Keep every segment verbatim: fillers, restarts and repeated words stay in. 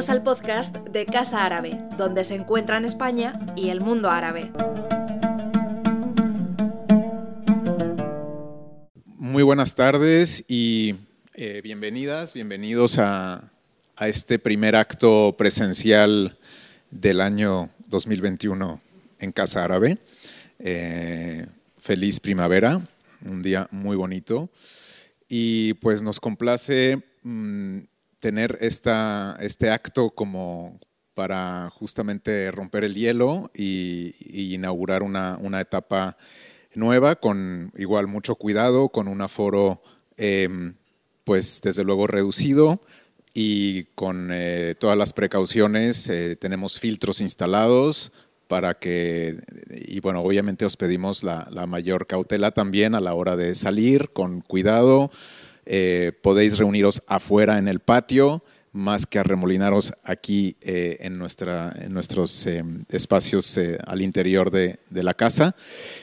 Bienvenidos al podcast de Casa Árabe, donde se encuentran España y el mundo árabe. Muy buenas tardes y eh, bienvenidas, bienvenidos a, a este primer acto presencial del año dos mil veintiuno en Casa Árabe. Eh, feliz primavera, un día muy bonito y pues nos complace mmm, tener esta, este acto como para justamente romper el hielo y, y inaugurar una, una etapa nueva con igual mucho cuidado, con un aforo eh, pues desde luego reducido y con eh, todas las precauciones. Eh, tenemos filtros instalados para que, y bueno, obviamente os pedimos la, la mayor cautela también a la hora de salir, con cuidado. Eh, podéis reuniros afuera en el patio, más que arremolinaros aquí eh, en, nuestra, en nuestros eh, espacios eh, al interior de, de la casa.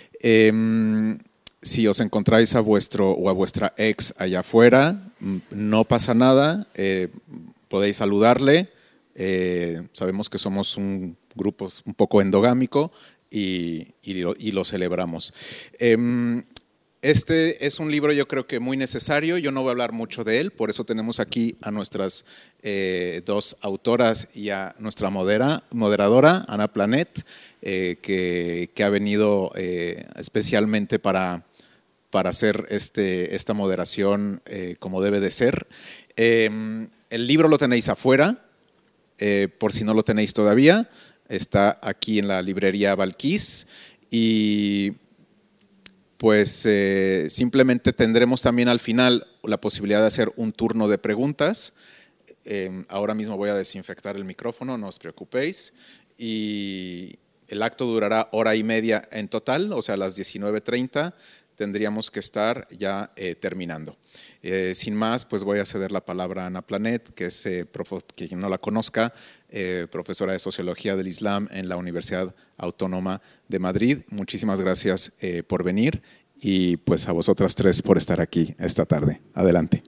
Eh, si os encontráis a vuestro o a vuestra ex allá afuera, no pasa nada, eh, podéis saludarle. Eh, sabemos que somos un grupo un poco endogámico y, y, lo, y lo celebramos. Eh, Este es un libro yo creo que muy necesario, yo no voy a hablar mucho de él, por eso tenemos aquí a nuestras eh, dos autoras y a nuestra modera, moderadora, Ana Planet, eh, que, que ha venido eh, especialmente para, para hacer este, esta moderación eh, como debe de ser. Eh, el libro lo tenéis afuera, eh, por si no lo tenéis todavía, está aquí en la librería Balquís y pues eh, simplemente tendremos también al final la posibilidad de hacer un turno de preguntas. Eh, ahora mismo voy a desinfectar el micrófono, no os preocupéis. Y el acto durará hora y media en total, o sea, a las diecinueve treinta tendríamos que estar ya eh, terminando. Eh, sin más, pues voy a ceder la palabra a Ana Planet, que es, eh, profe, quien no la conozca, eh, profesora de Sociología del Islam en la Universidad Autónoma de Madrid. Muchísimas gracias eh, por venir y pues a vosotras tres por estar aquí esta tarde. Adelante.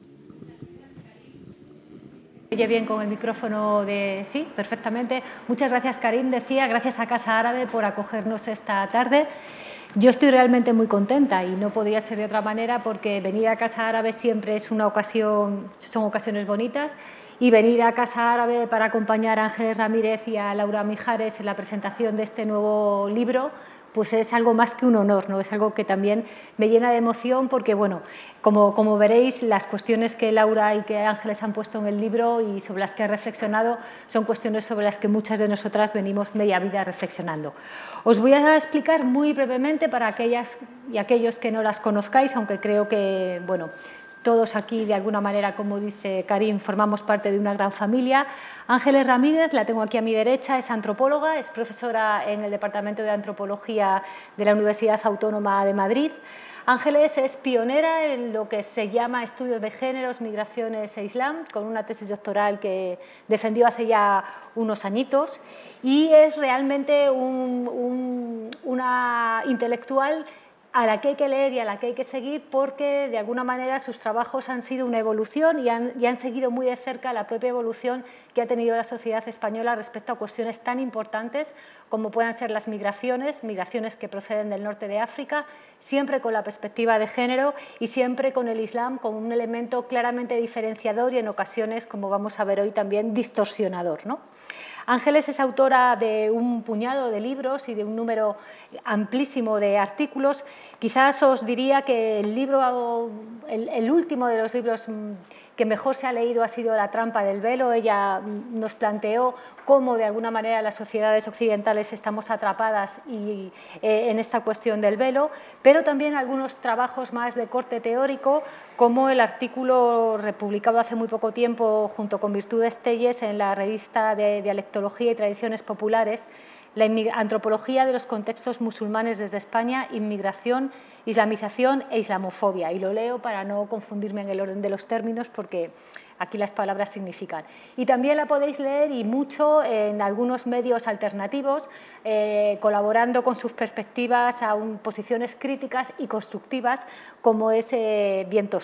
Oye bien con el micrófono de... Sí, perfectamente. Muchas gracias, Karim. Decía, gracias a Casa Árabe por acogernos esta tarde. Yo estoy realmente muy contenta y no podría ser de otra manera porque venir a Casa Árabe siempre es una ocasión, son ocasiones bonitas, y venir a Casa Árabe para acompañar a Ángeles Ramírez y a Laura Mijares en la presentación de este nuevo libro, pues es algo más que un honor, ¿no? Es algo que también me llena de emoción porque, bueno, como, como veréis, las cuestiones que Laura y que Ángeles han puesto en el libro y sobre las que he reflexionado son cuestiones sobre las que muchas de nosotras venimos media vida reflexionando. Os voy a explicar muy brevemente para aquellas y aquellos que no las conozcáis, aunque creo que, bueno, todos aquí, de alguna manera, como dice Karim, formamos parte de una gran familia. Ángeles Ramírez, la tengo aquí a mi derecha, es antropóloga, es profesora en el Departamento de Antropología de la Universidad Autónoma de Madrid. Ángeles es pionera en lo que se llama estudios de géneros, migraciones e Islam, con una tesis doctoral que defendió hace ya unos añitos, y es realmente un, un, una intelectual a la que hay que leer y a la que hay que seguir porque, de alguna manera, sus trabajos han sido una evolución y han, y han seguido muy de cerca la propia evolución que ha tenido la sociedad española respecto a cuestiones tan importantes como puedan ser las migraciones, migraciones que proceden del norte de África, siempre con la perspectiva de género y siempre con el Islam como un elemento claramente diferenciador y, en ocasiones, como vamos a ver hoy, también distorsionador, ¿no? Ángeles es autora de un puñado de libros y de un número amplísimo de artículos. Quizás os diría que el libro, el, el último de los libros que mejor se ha leído ha sido La trampa del velo. Ella nos planteó cómo, de alguna manera, las sociedades occidentales estamos atrapadas y, eh, en esta cuestión del velo, pero también algunos trabajos más de corte teórico, como el artículo republicado hace muy poco tiempo junto con Virtudes Telles en la revista de Dialectología y Tradiciones Populares, la antropología de los contextos musulmanes desde España, inmigración, islamización e islamofobia. Y lo leo para no confundirme en el orden de los términos porque aquí las palabras significan. Y también la podéis leer, y mucho, en algunos medios alternativos, eh, colaborando con sus perspectivas a un, posiciones críticas y constructivas, como es eh, Viento Sur.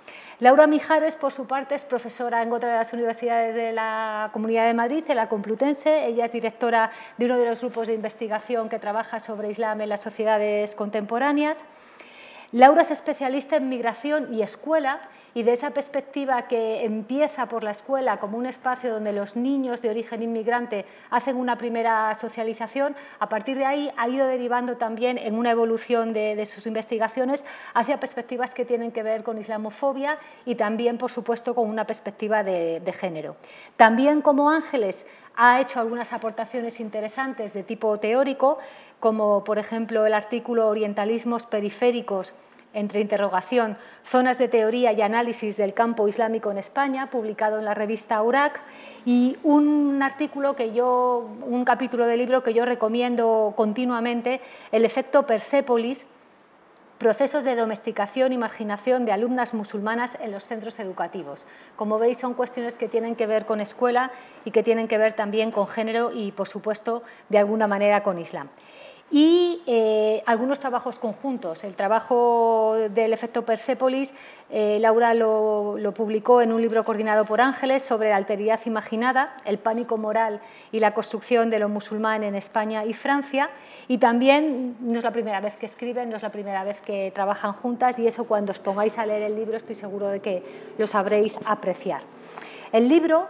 Laura Mijares, por su parte, es profesora en otra de las universidades de la Comunidad de Madrid, en la Complutense. Ella es directora de uno de los grupos de investigación que trabaja sobre Islam en las sociedades contemporáneas. Laura es especialista en migración y escuela, y de esa perspectiva que empieza por la escuela como un espacio donde los niños de origen inmigrante hacen una primera socialización, a partir de ahí ha ido derivando también en una evolución de, de sus investigaciones hacia perspectivas que tienen que ver con islamofobia y también, por supuesto, con una perspectiva de, de género. También, como Ángeles, ha hecho algunas aportaciones interesantes de tipo teórico, como por ejemplo el artículo Orientalismos periféricos, entre interrogación, zonas de teoría y análisis del campo islámico en España, publicado en la revista Aurac, y un artículo que yo, un capítulo del libro que yo recomiendo continuamente, El efecto Persépolis, procesos de domesticación y marginación de alumnas musulmanas en los centros educativos. Como veis, son cuestiones que tienen que ver con escuela y que tienen que ver también con género y, por supuesto, de alguna manera con Islam. Y eh, algunos trabajos conjuntos. El trabajo del efecto Persépolis, eh, Laura lo, lo publicó en un libro coordinado por Ángeles sobre la alteridad imaginada, el pánico moral y la construcción de lo musulmán en España y Francia. Y también, no es la primera vez que escriben, no es la primera vez que trabajan juntas, y eso, cuando os pongáis a leer el libro, estoy seguro de que lo sabréis apreciar. El libro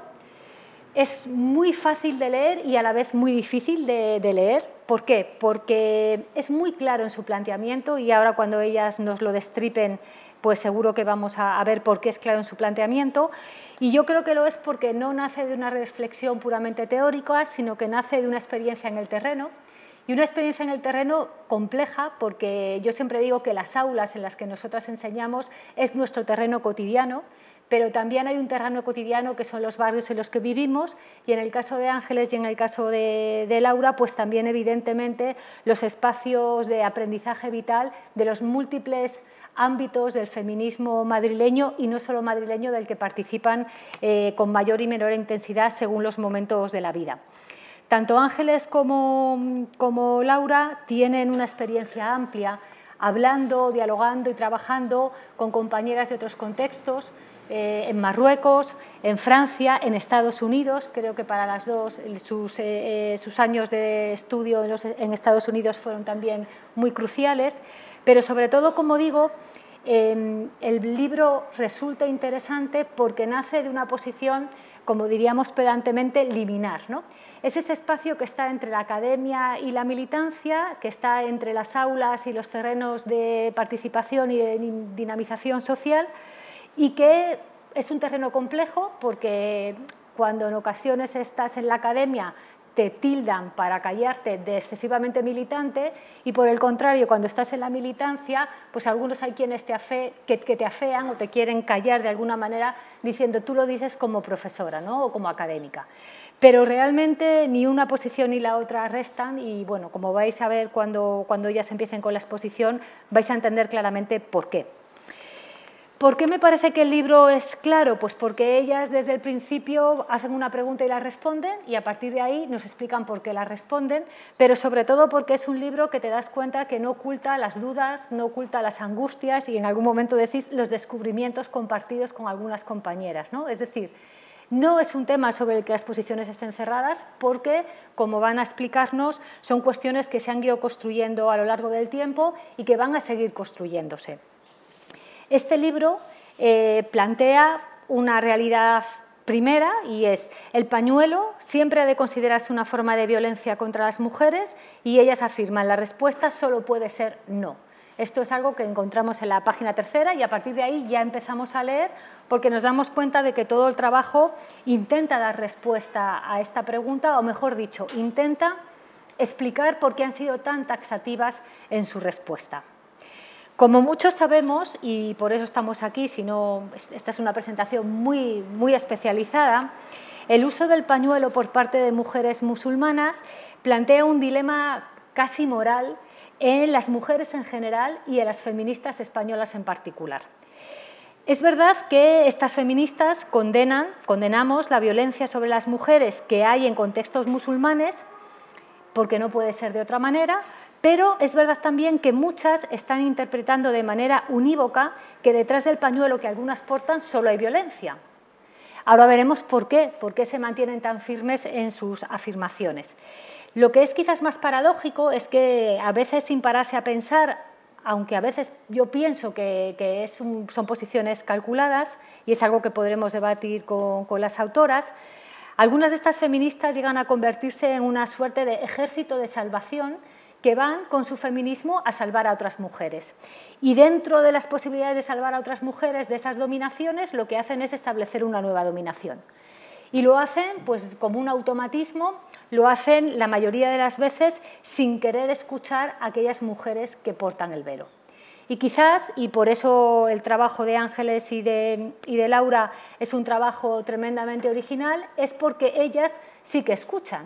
es muy fácil de leer y a la vez muy difícil de, de leer. ¿Por qué? Porque es muy claro en su planteamiento, y ahora, cuando ellas nos lo destripen, pues seguro que vamos a, a ver por qué es claro en su planteamiento. Y yo creo que lo es porque no nace de una reflexión puramente teórica, sino que nace de una experiencia en el terreno, y una experiencia en el terreno compleja, porque yo siempre digo que las aulas en las que nosotras enseñamos es nuestro terreno cotidiano, pero también hay un terreno cotidiano que son los barrios en los que vivimos, y en el caso de Ángeles y en el caso de, de Laura, pues también evidentemente los espacios de aprendizaje vital de los múltiples ámbitos del feminismo madrileño, y no solo madrileño, del que participan eh, con mayor y menor intensidad según los momentos de la vida. Tanto Ángeles como, como Laura tienen una experiencia amplia, hablando, dialogando y trabajando con compañeras de otros contextos, Eh, en Marruecos, en Francia, en Estados Unidos. Creo que para las dos sus, eh, sus años de estudio en, los, en Estados Unidos fueron también muy cruciales, pero sobre todo, como digo, eh, el libro resulta interesante porque nace de una posición, como diríamos pedantemente, liminar, ¿no? Es ese espacio que está entre la academia y la militancia, que está entre las aulas y los terrenos de participación y de dinamización social, y que es un terreno complejo porque cuando en ocasiones estás en la academia te tildan, para callarte, de excesivamente militante, y por el contrario, cuando estás en la militancia, pues algunos hay quienes te afe, que, que te afean o te quieren callar de alguna manera diciendo tú lo dices como profesora, ¿no? O como académica. Pero realmente ni una posición ni la otra restan, y bueno, como vais a ver cuando, cuando ellas empiecen con la exposición, vais a entender claramente por qué. ¿Por qué me parece que el libro es claro? Pues porque ellas desde el principio hacen una pregunta y la responden, y a partir de ahí nos explican por qué la responden, pero sobre todo porque es un libro que te das cuenta que no oculta las dudas, no oculta las angustias, y en algún momento decís los descubrimientos compartidos con algunas compañeras, ¿no? Es decir, no es un tema sobre el que las posiciones estén cerradas, porque, como van a explicarnos, son cuestiones que se han ido construyendo a lo largo del tiempo y que van a seguir construyéndose. Este libro eh, plantea una realidad primera, y es: el pañuelo siempre ha de considerarse una forma de violencia contra las mujeres, y ellas afirman la respuesta solo puede ser no. Esto es algo que encontramos en la página tercera, y a partir de ahí ya empezamos a leer, porque nos damos cuenta de que todo el trabajo intenta dar respuesta a esta pregunta, o mejor dicho, intenta explicar por qué han sido tan taxativas en su respuesta. Como muchos sabemos, y por eso estamos aquí, si no, esta es una presentación muy, muy especializada, el uso del pañuelo por parte de mujeres musulmanas plantea un dilema casi moral en las mujeres en general y en las feministas españolas en particular. Es verdad que estas feministas condenan, condenamos la violencia sobre las mujeres que hay en contextos musulmanes, porque no puede ser de otra manera, Pero es verdad también que muchas están interpretando de manera unívoca que detrás del pañuelo que algunas portan solo hay violencia. Ahora veremos por qué, por qué se mantienen tan firmes en sus afirmaciones. Lo que es quizás más paradójico es que a veces, sin pararse a pensar, aunque a veces yo pienso que, que es un, son posiciones calculadas, y es algo que podremos debatir con, con las autoras, algunas de estas feministas llegan a convertirse en una suerte de ejército de salvación que van con su feminismo a salvar a otras mujeres. Y dentro de las posibilidades de salvar a otras mujeres de esas dominaciones, lo que hacen es establecer una nueva dominación. Y lo hacen pues, como un automatismo, lo hacen la mayoría de las veces sin querer escuchar a aquellas mujeres que portan el velo. Y quizás, y por eso el trabajo de Ángeles y de, y de Laura es un trabajo tremendamente original, es porque ellas sí que escuchan.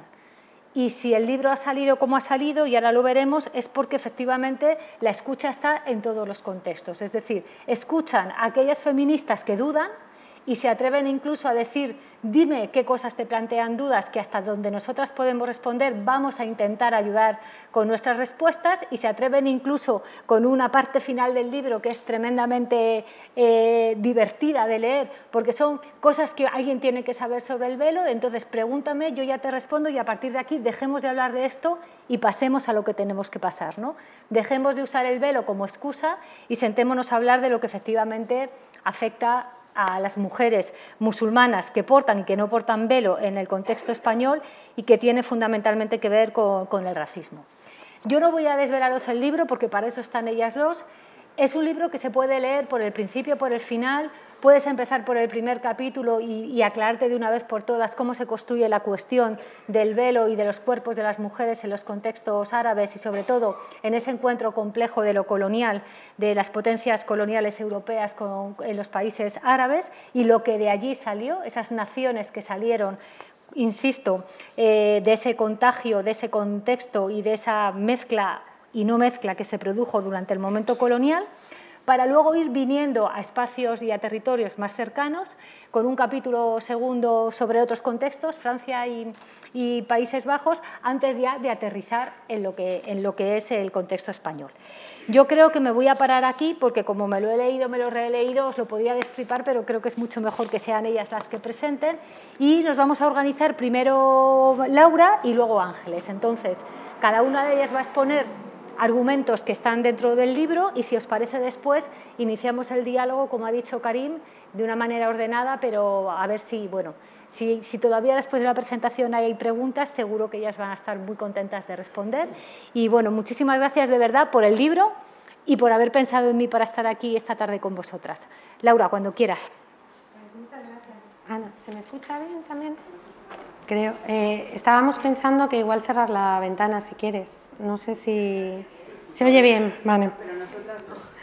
Y si el libro ha salido como ha salido, y ahora lo veremos, es porque efectivamente la escucha está en todos los contextos. Es decir, escuchan a aquellas feministas que dudan y se atreven incluso a decir, dime qué cosas te plantean dudas, que hasta donde nosotras podemos responder vamos a intentar ayudar con nuestras respuestas, y se atreven incluso con una parte final del libro que es tremendamente eh, divertida de leer, porque son cosas que alguien tiene que saber sobre el velo, entonces pregúntame, yo ya te respondo, y a partir de aquí dejemos de hablar de esto y pasemos a lo que tenemos que pasar, ¿no? Dejemos de usar el velo como excusa y sentémonos a hablar de lo que efectivamente afecta a las mujeres musulmanas que portan y que no portan velo en el contexto español, y que tiene fundamentalmente que ver con, con el racismo. Yo no voy a desvelaros el libro porque para eso están ellas dos. Es un libro que se puede leer por el principio, por el final. Puedes empezar por el primer capítulo y, y aclararte de una vez por todas cómo se construye la cuestión del velo y de los cuerpos de las mujeres en los contextos árabes, y sobre todo en ese encuentro complejo de lo colonial, de las potencias coloniales europeas con, en los países árabes, y lo que de allí salió, esas naciones que salieron, insisto, eh, de ese contagio, de ese contexto y de esa mezcla y no mezcla que se produjo durante el momento colonial, para luego ir viniendo a espacios y a territorios más cercanos, con un capítulo segundo sobre otros contextos, Francia y, y Países Bajos, antes ya de aterrizar en lo, que, en lo que es el contexto español. Yo creo que me voy a parar aquí porque, como me lo he leído, me lo he releído, os lo podría destripar, pero creo que es mucho mejor que sean ellas las que presenten, y nos vamos a organizar primero Laura y luego Ángeles. Entonces, cada una de ellas va a exponer argumentos que están dentro del libro, y si os parece después iniciamos el diálogo, como ha dicho Karim, de una manera ordenada, pero a ver si, bueno, si, si todavía después de la presentación hay preguntas, seguro que ellas van a estar muy contentas de responder. Y bueno, muchísimas gracias de verdad por el libro y por haber pensado en mí para estar aquí esta tarde con vosotras. Laura, cuando quieras. Pues muchas gracias. Ana, ¿se me escucha bien también? Creo. Eh, estábamos pensando que igual cerrar la ventana si quieres. No sé si se oye bien, vale. Pero nosotras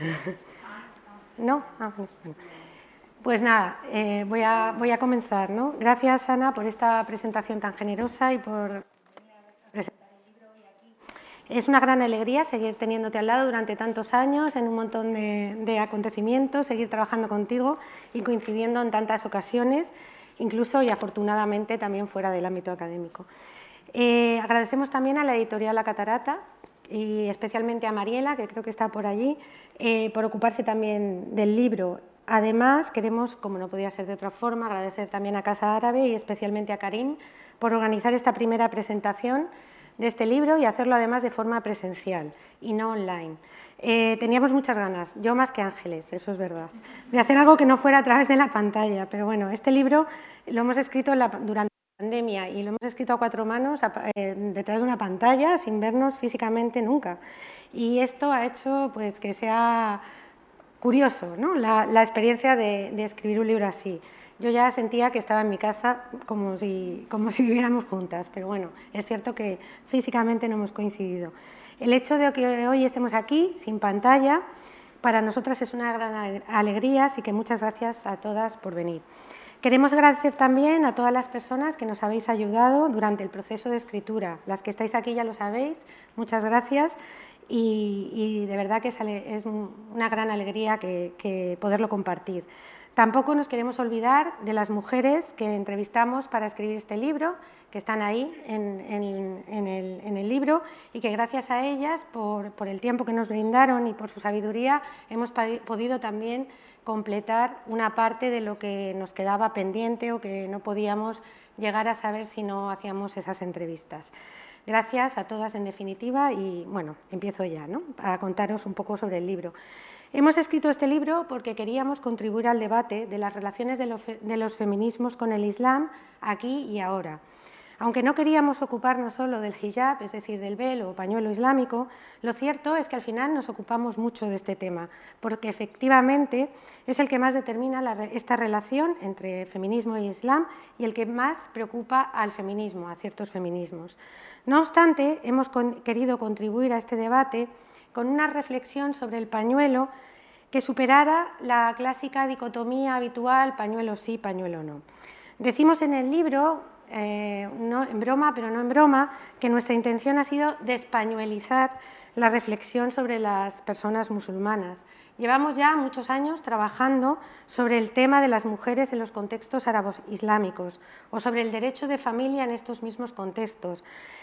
no. ¿No? Ah, bueno. Pues nada, eh, voy, a, voy a comenzar, ¿no? Gracias, Ana, por esta presentación tan generosa y por presentar el libro hoy aquí. Es una gran alegría seguir teniéndote al lado durante tantos años en un montón de, de acontecimientos, seguir trabajando contigo y coincidiendo en tantas ocasiones, incluso y afortunadamente también fuera del ámbito académico. Eh, agradecemos también a la editorial La Catarata y especialmente a Mariela, que creo que está por allí, eh, por ocuparse también del libro. Además, queremos, como no podía ser de otra forma, agradecer también a Casa Árabe y especialmente a Karim por organizar esta primera presentación de este libro y hacerlo además de forma presencial y no online. Eh, teníamos muchas ganas, yo más que Ángeles, eso es verdad, de hacer algo que no fuera a través de la pantalla, pero bueno, este libro lo hemos escrito en la, durante pandemia y lo hemos escrito a cuatro manos eh, detrás de una pantalla sin vernos físicamente nunca, y esto ha hecho pues que sea curioso, ¿no? la, la experiencia de, de escribir un libro así. Yo ya sentía que estaba en mi casa como si, como si viviéramos juntas, pero bueno, es cierto que físicamente no hemos coincidido. El hecho de que hoy estemos aquí sin pantalla para nosotras es una gran alegría, así que muchas gracias a todas por venir. Queremos agradecer también a todas las personas que nos habéis ayudado durante el proceso de escritura. Las que estáis aquí ya lo sabéis, muchas gracias, y, y de verdad que es una gran alegría que, que poderlo compartir. Tampoco nos queremos olvidar de las mujeres que entrevistamos para escribir este libro, que están ahí en, en, en, el, en el libro y que gracias a ellas, por, por el tiempo que nos brindaron y por su sabiduría, hemos podido también completar una parte de lo que nos quedaba pendiente o que no podíamos llegar a saber si no hacíamos esas entrevistas. Gracias a todas en definitiva y bueno, empiezo ya, ¿no?, a contaros un poco sobre el libro. Hemos escrito este libro porque queríamos contribuir al debate de las relaciones de los, de los feminismos con el Islam aquí y ahora. Aunque no queríamos ocuparnos solo del hijab, es decir, del velo o pañuelo islámico, lo cierto es que al final nos ocupamos mucho de este tema, porque efectivamente es el que más determina la, esta relación entre feminismo e islam y el que más preocupa al feminismo, a ciertos feminismos. No obstante, hemos con, querido contribuir a este debate con una reflexión sobre el pañuelo que superara la clásica dicotomía habitual pañuelo sí, pañuelo no. Decimos en el libro, eh, no en broma, pero no en broma, que nuestra intención ha sido despañuelizar la reflexión sobre las personas musulmanas. Llevamos ya muchos años trabajando sobre el tema de las mujeres en los contextos árabes islámicos o sobre el derecho de familia en estos mismos contextos.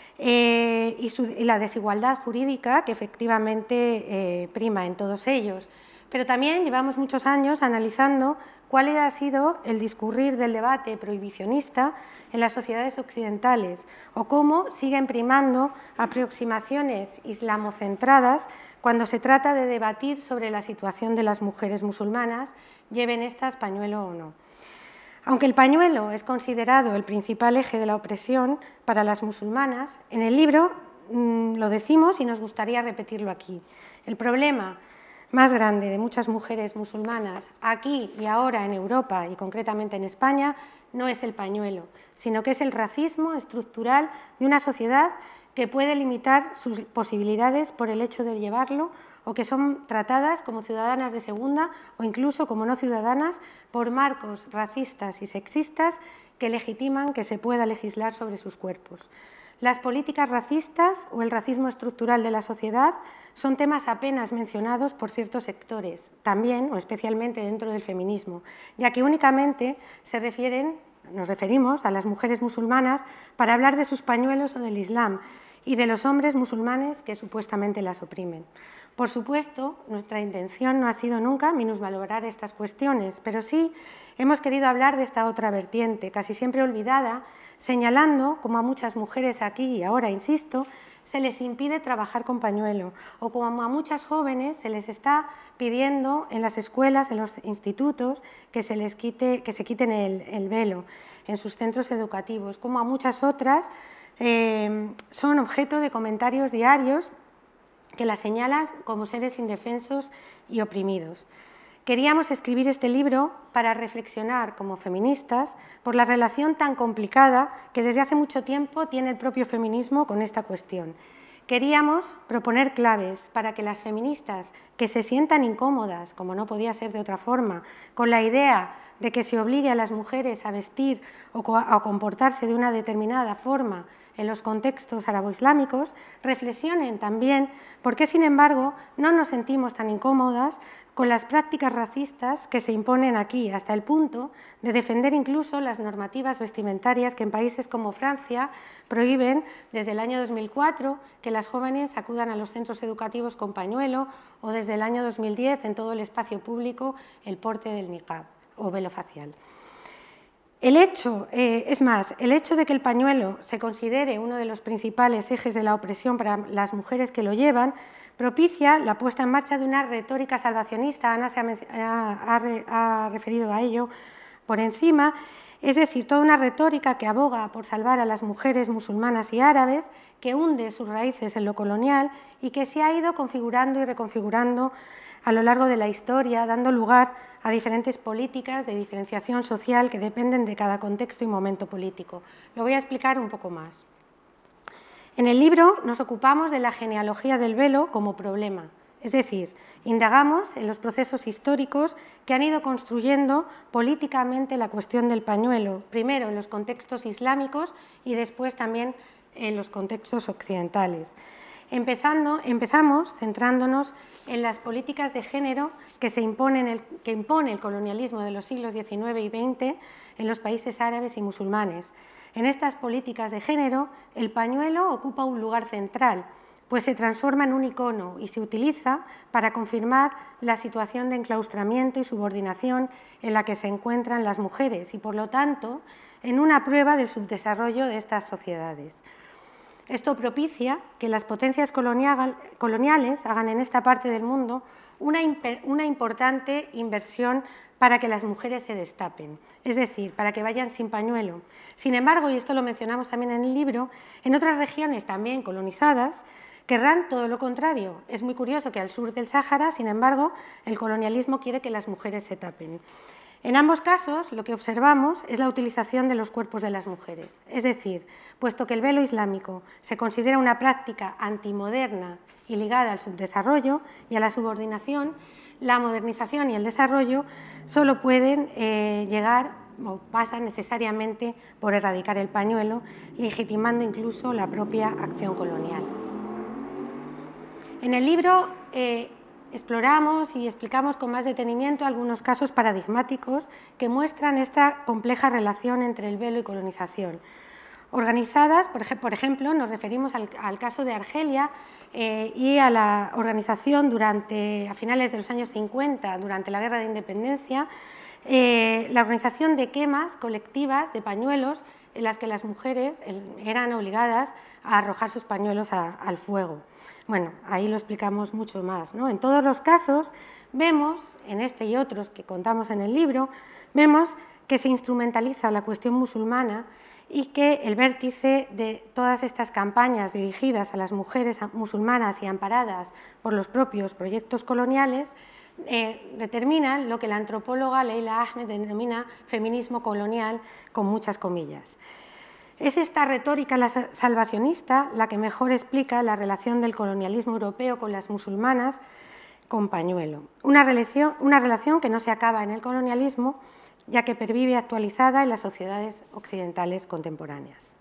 Eh, y, su, y la desigualdad jurídica que efectivamente eh, prima en todos ellos. Pero también llevamos muchos años analizando cuál ha sido el discurrir del debate prohibicionista en las sociedades occidentales o cómo siguen primando aproximaciones islamocentradas cuando se trata de debatir sobre la situación de las mujeres musulmanas, lleven estas pañuelo o no. Aunque el pañuelo es considerado el principal eje de la opresión para las musulmanas, en el libro mmm, lo decimos y nos gustaría repetirlo aquí. El problema más grande de muchas mujeres musulmanas aquí y ahora en Europa y concretamente en España no es el pañuelo, sino que es el racismo estructural de una sociedad que puede limitar sus posibilidades por el hecho de llevarlo o que son tratadas como ciudadanas de segunda o incluso como no ciudadanas por marcos racistas y sexistas que legitiman que se pueda legislar sobre sus cuerpos. Las políticas racistas o el racismo estructural de la sociedad son temas apenas mencionados por ciertos sectores, también o especialmente dentro del feminismo, ya que únicamente se refieren, nos referimos a las mujeres musulmanas para hablar de sus pañuelos o del Islam y de los hombres musulmanes que supuestamente las oprimen. Por supuesto, nuestra intención no ha sido nunca minusvalorar estas cuestiones, pero sí hemos querido hablar de esta otra vertiente, casi siempre olvidada, señalando como a muchas mujeres aquí y ahora, insisto, se les impide trabajar con pañuelo o como a muchas jóvenes se les está pidiendo en las escuelas, en los institutos, que se les quite, que se quiten el, el velo en sus centros educativos, como a muchas otras eh, son objeto de comentarios diarios que las señalan como seres indefensos y oprimidos. Queríamos escribir este libro para reflexionar como feministas por la relación tan complicada que desde hace mucho tiempo tiene el propio feminismo con esta cuestión. Queríamos proponer claves para que las feministas que se sientan incómodas, como no podía ser de otra forma, con la idea de que se obligue a las mujeres a vestir o a comportarse de una determinada forma en los contextos arabo-islámicos, reflexionen también por qué, sin embargo, no nos sentimos tan incómodas con las prácticas racistas que se imponen aquí, hasta el punto de defender incluso las normativas vestimentarias que en países como Francia prohíben desde el año dos mil cuatro que las jóvenes acudan a los centros educativos con pañuelo o desde el año dos mil diez en todo el espacio público el porte del niqab o velo facial. El hecho, eh, es más, el hecho de que el pañuelo se considere uno de los principales ejes de la opresión para las mujeres que lo llevan propicia la puesta en marcha de una retórica salvacionista. Ana se ha, ha, ha referido a ello por encima, es decir, toda una retórica que aboga por salvar a las mujeres musulmanas y árabes, que hunde sus raíces en lo colonial y que se ha ido configurando y reconfigurando a lo largo de la historia, dando lugar a diferentes políticas de diferenciación social que dependen de cada contexto y momento político. Lo voy a explicar un poco más. En el libro nos ocupamos de la genealogía del velo como problema, es decir, indagamos en los procesos históricos que han ido construyendo políticamente la cuestión del pañuelo, primero en los contextos islámicos y después también en los contextos occidentales. Empezando, empezamos centrándonos en las políticas de género que, se imponen el, que impone el colonialismo de los siglos diecinueve y veinte en los países árabes y musulmanes, En estas políticas de género, el pañuelo ocupa un lugar central, pues se transforma en un icono y se utiliza para confirmar la situación de enclaustramiento y subordinación en la que se encuentran las mujeres y, por lo tanto, en una prueba del subdesarrollo de estas sociedades. Esto propicia que las potencias coloniales hagan en esta parte del mundo una, una importante inversión para que las mujeres se destapen, es decir, para que vayan sin pañuelo. Sin embargo, y esto lo mencionamos también en el libro, en otras regiones también colonizadas querrán todo lo contrario. Es muy curioso que al sur del Sáhara, sin embargo, el colonialismo quiere que las mujeres se tapen. En ambos casos, lo que observamos es la utilización de los cuerpos de las mujeres. Es decir, puesto que el velo islámico se considera una práctica antimoderna y ligada al subdesarrollo y a la subordinación, la modernización y el desarrollo solo pueden eh, llegar o pasan necesariamente por erradicar el pañuelo, legitimando incluso la propia acción colonial. En el libro eh, exploramos y explicamos con más detenimiento algunos casos paradigmáticos que muestran esta compleja relación entre el velo y colonización. Organizadas, por, ej por ejemplo, nos referimos al, al caso de Argelia eh, y a la organización durante, a finales de los años cincuenta, durante la Guerra de Independencia, eh, la organización de quemas colectivas de pañuelos en las que las mujeres eran obligadas a arrojar sus pañuelos a, al fuego. Bueno, ahí lo explicamos mucho más, ¿no? En todos los casos vemos, en este y otros que contamos en el libro, vemos que se instrumentaliza la cuestión musulmana y que el vértice de todas estas campañas dirigidas a las mujeres musulmanas y amparadas por los propios proyectos coloniales eh, determinan lo que la antropóloga Leila Ahmed denomina feminismo colonial, con muchas comillas. Es esta retórica salvacionista la que mejor explica la relación del colonialismo europeo con las musulmanas con pañuelo. Una relación, una relación que no se acaba en el colonialismo, ya que pervive actualizada en las sociedades occidentales contemporáneas.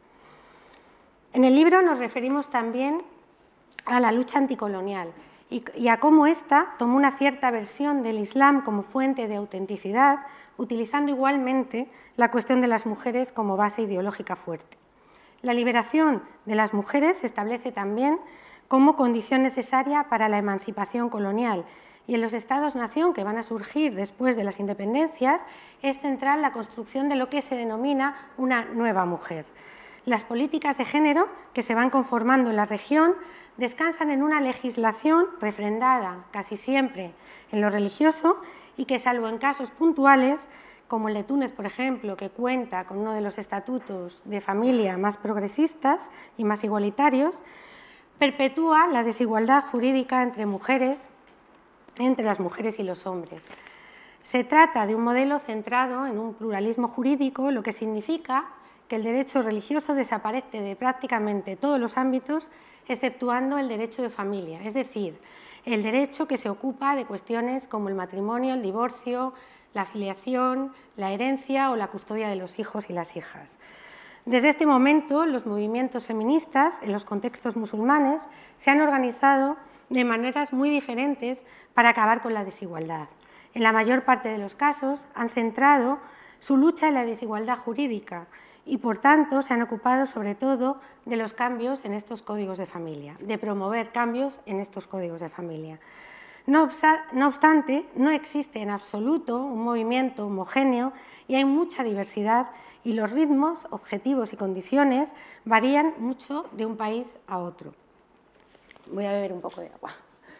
En el libro nos referimos también a la lucha anticolonial y, y a cómo ésta tomó una cierta versión del Islam como fuente de autenticidad, utilizando igualmente la cuestión de las mujeres como base ideológica fuerte. La liberación de las mujeres se establece también como condición necesaria para la emancipación colonial, y en los estados-nación que van a surgir después de las independencias es central la construcción de lo que se denomina una nueva mujer. Las políticas de género que se van conformando en la región descansan en una legislación refrendada casi siempre en lo religioso y que, salvo en casos puntuales, como el de Túnez, por ejemplo, que cuenta con uno de los estatutos de familia más progresistas y más igualitarios, perpetúa la desigualdad jurídica entre mujeres, entre las mujeres y los hombres. Se trata de un modelo centrado en un pluralismo jurídico, lo que significa que el derecho religioso desaparece de prácticamente todos los ámbitos, exceptuando el derecho de familia, es decir, el derecho que se ocupa de cuestiones como el matrimonio, el divorcio, la filiación, la herencia o la custodia de los hijos y las hijas. Desde este momento, los movimientos feministas en los contextos musulmanes se han organizado de maneras muy diferentes para acabar con la desigualdad. En la mayor parte de los casos han centrado su lucha en la desigualdad jurídica y, por tanto, se han ocupado sobre todo de los cambios en estos códigos de familia, de promover cambios en estos códigos de familia. No, obsta- no obstante, no existe en absoluto un movimiento homogéneo y hay mucha diversidad y los ritmos, objetivos y condiciones varían mucho de un país a otro. Voy a beber un poco de agua.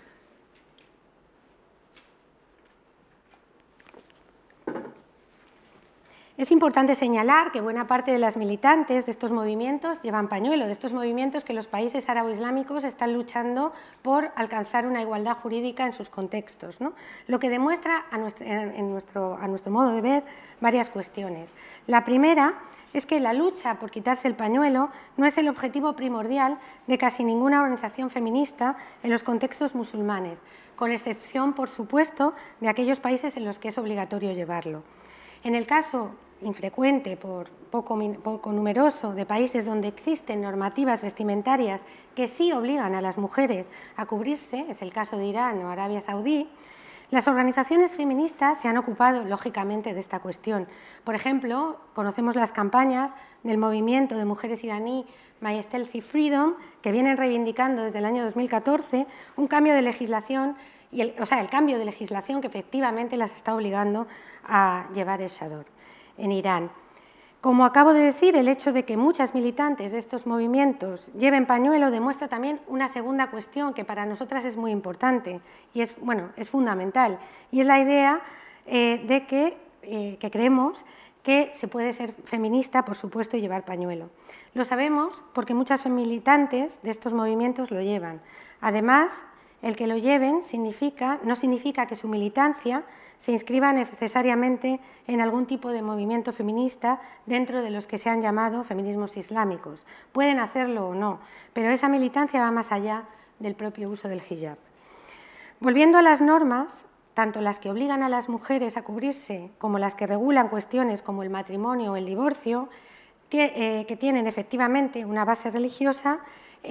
Es importante señalar que buena parte de las militantes de estos movimientos llevan pañuelo, de estos movimientos que los países árabo-islámicos están luchando por alcanzar una igualdad jurídica en sus contextos, ¿no? Lo que demuestra a nuestro, en nuestro, a nuestro modo de ver varias cuestiones. La primera es que la lucha por quitarse el pañuelo no es el objetivo primordial de casi ninguna organización feminista en los contextos musulmanes, con excepción, por supuesto, de aquellos países en los que es obligatorio llevarlo. En el caso infrecuente, por poco, poco numeroso, de países donde existen normativas vestimentarias que sí obligan a las mujeres a cubrirse, es el caso de Irán o Arabia Saudí, Las organizaciones feministas se han ocupado, lógicamente, de esta cuestión. Por ejemplo, conocemos las campañas del movimiento de mujeres iraní My Stealthy Freedom, que vienen reivindicando desde el año dos mil catorce un cambio de legislación, y el, o sea, el cambio de legislación que efectivamente las está obligando a llevar el chador en Irán. Como acabo de decir, el hecho de que muchas militantes de estos movimientos lleven pañuelo demuestra también una segunda cuestión que para nosotras es muy importante y es, bueno, es fundamental, y es la idea eh, de que, eh, que creemos que se puede ser feminista, por supuesto, y llevar pañuelo. Lo sabemos porque muchas militantes de estos movimientos lo llevan. Además, el que lo lleven significa, no significa que su militancia se inscriba necesariamente en algún tipo de movimiento feminista dentro de los que se han llamado feminismos islámicos. Pueden hacerlo o no, pero esa militancia va más allá del propio uso del hijab. Volviendo a las normas, tanto las que obligan a las mujeres a cubrirse como las que regulan cuestiones como el matrimonio o el divorcio, que, eh, que tienen efectivamente una base religiosa,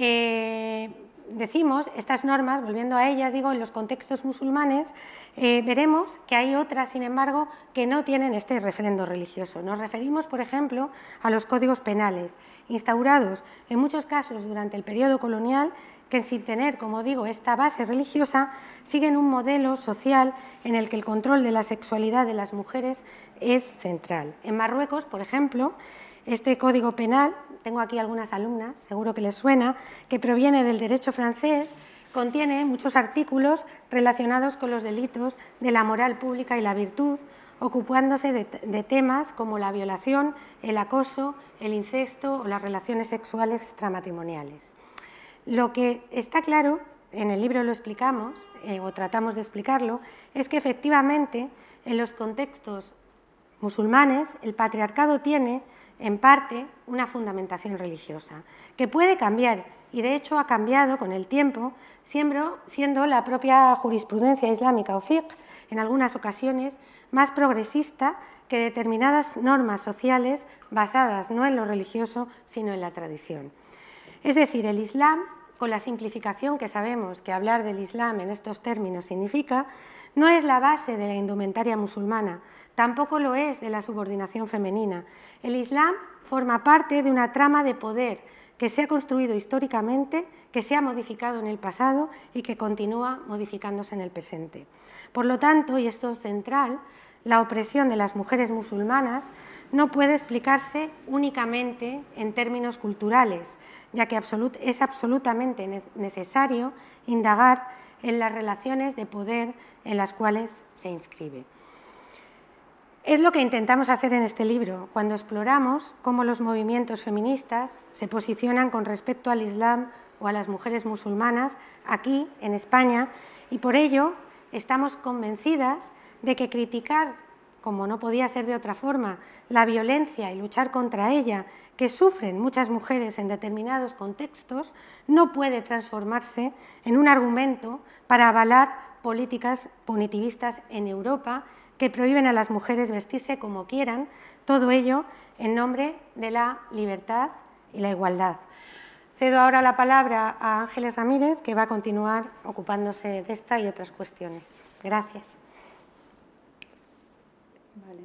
eh, decimos, estas normas, volviendo a ellas, digo, en los contextos musulmanes, eh, veremos que hay otras, sin embargo, que no tienen este refrendo religioso. Nos referimos, por ejemplo, a los códigos penales, instaurados en muchos casos durante el periodo colonial, que sin tener, como digo, esta base religiosa, siguen un modelo social en el que el control de la sexualidad de las mujeres es central. En Marruecos, por ejemplo, este código penal, tengo aquí algunas alumnas, seguro que les suena, que proviene del derecho francés, contiene muchos artículos relacionados con los delitos de la moral pública y la virtud, ocupándose de, de temas como la violación, el acoso, el incesto o las relaciones sexuales extramatrimoniales. Lo que está claro, en el libro lo explicamos, eh, o tratamos de explicarlo, es que efectivamente en los contextos musulmanes el patriarcado tiene en parte una fundamentación religiosa, que puede cambiar, y de hecho ha cambiado con el tiempo, siendo la propia jurisprudencia islámica o fiqh, en algunas ocasiones, más progresista que determinadas normas sociales basadas no en lo religioso, sino en la tradición. Es decir, el Islam, con la simplificación que sabemos que hablar del Islam en estos términos significa, no es la base de la indumentaria musulmana, tampoco lo es de la subordinación femenina. El Islam forma parte de una trama de poder que se ha construido históricamente, que se ha modificado en el pasado y que continúa modificándose en el presente. Por lo tanto, y esto es central, la opresión de las mujeres musulmanas no puede explicarse únicamente en términos culturales, ya que es absolutamente necesario indagar en las relaciones de poder en las cuales se inscribe. Es lo que intentamos hacer en este libro, cuando exploramos cómo los movimientos feministas se posicionan con respecto al Islam o a las mujeres musulmanas aquí, en España, y por ello estamos convencidas de que criticar, como no podía ser de otra forma, la violencia y luchar contra ella que sufren muchas mujeres en determinados contextos no puede transformarse en un argumento para avalar políticas punitivistas en Europa que prohíben a las mujeres vestirse como quieran, todo ello en nombre de la libertad y la igualdad. Cedo ahora la palabra a Ángeles Ramírez, que va a continuar ocupándose de esta y otras cuestiones. Gracias. Vale.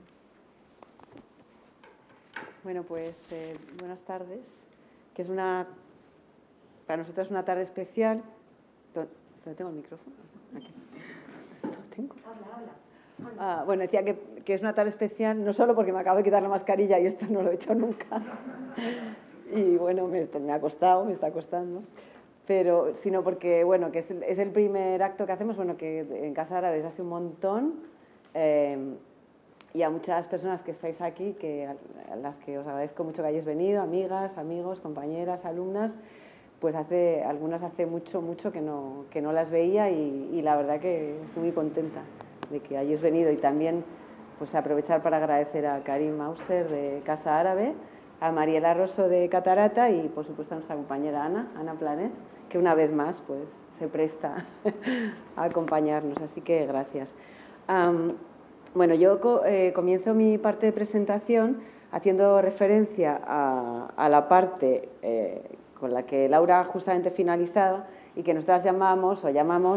Bueno, pues eh, buenas tardes, que es una, para nosotros es una tarde especial. ¿Dónde tengo el micrófono? Aquí. ¿Lo tengo? Habla, habla. Ah, bueno, decía que, que es una tarde especial, no solo porque me acabo de quitar la mascarilla y esto no lo he hecho nunca, y bueno, me, me ha costado, me está costando, pero sino porque, bueno, que es, es el primer acto que hacemos, bueno, que en Casa Árabe desde hace un montón, eh, y a muchas personas que estáis aquí, que a, a las que os agradezco mucho que hayáis venido, amigas, amigos, compañeras, alumnas, pues hace, algunas hace mucho, mucho que no, que no las veía y, y la verdad que estoy muy contenta de que hayáis venido, y también pues aprovechar para agradecer a Karim Mauser de Casa Árabe, a Mariela Rosso de Catarata y por supuesto a nuestra compañera Ana, Ana Planet, que una vez más pues se presta a acompañarnos, así que gracias. Um, bueno, yo co eh, comienzo mi parte de presentación haciendo referencia a, a la parte eh, con la que Laura ha justamente finalizado y que nosotras llamamos o llamamos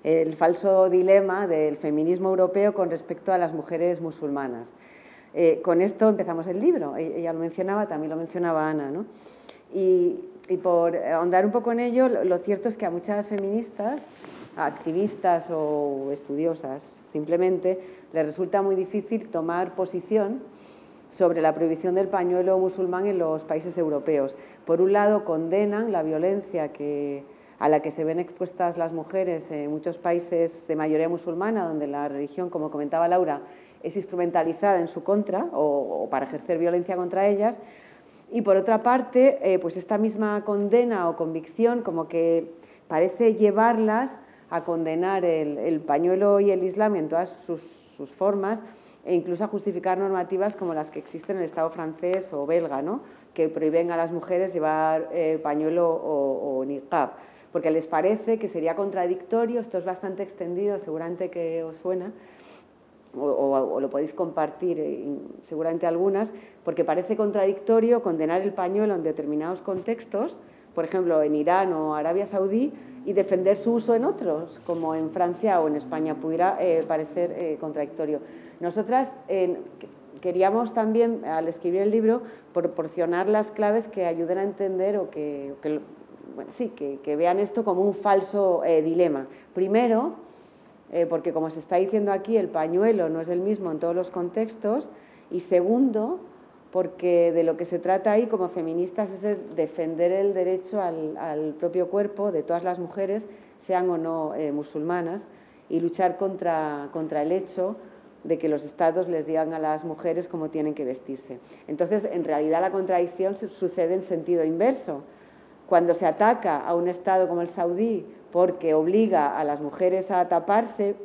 el falso dilema del feminismo europeo con respecto a las mujeres musulmanas. Eh, con esto empezamos el libro, ella lo mencionaba, también lo mencionaba Ana, ¿no? Y, y por ahondar un poco en ello, lo, lo cierto es que a muchas feministas, activistas o estudiosas simplemente, les resulta muy difícil tomar posición sobre la prohibición del pañuelo musulmán en los países europeos. Por un lado, condenan la violencia que, a la que se ven expuestas las mujeres en muchos países de mayoría musulmana, donde la religión, como comentaba Laura, es instrumentalizada en su contra o, o para ejercer violencia contra ellas. Y por otra parte, eh, pues esta misma condena o convicción como que parece llevarlas a condenar el, el pañuelo y el islam en todas sus, sus formas, e incluso a justificar normativas como las que existen en el Estado francés o belga, ¿no? Que prohíben a las mujeres llevar eh, pañuelo o, o niqab, porque les parece que sería contradictorio, esto es bastante extendido, seguramente que os suena, o, o, o lo podéis compartir, eh, seguramente algunas, porque parece contradictorio condenar el pañuelo en determinados contextos, por ejemplo, en Irán o Arabia Saudí, y defender su uso en otros, como en Francia o en España, pudiera eh, parecer eh, contradictorio. Nosotras eh, queríamos también, al escribir el libro, proporcionar las claves que ayuden a entender o que, que, bueno, sí, que, que vean esto como un falso eh, dilema. Primero, eh, porque como se está diciendo aquí, el pañuelo no es el mismo en todos los contextos, y segundo, porque de lo que se trata ahí como feministas es de defender el derecho al, al propio cuerpo de todas las mujeres, sean o no eh, musulmanas, y luchar contra, contra el hecho de que los estados les digan a las mujeres cómo tienen que vestirse. Entonces, en realidad la contradicción sucede en sentido inverso. Cuando se ataca a un estado como el saudí porque obliga a las mujeres a taparse,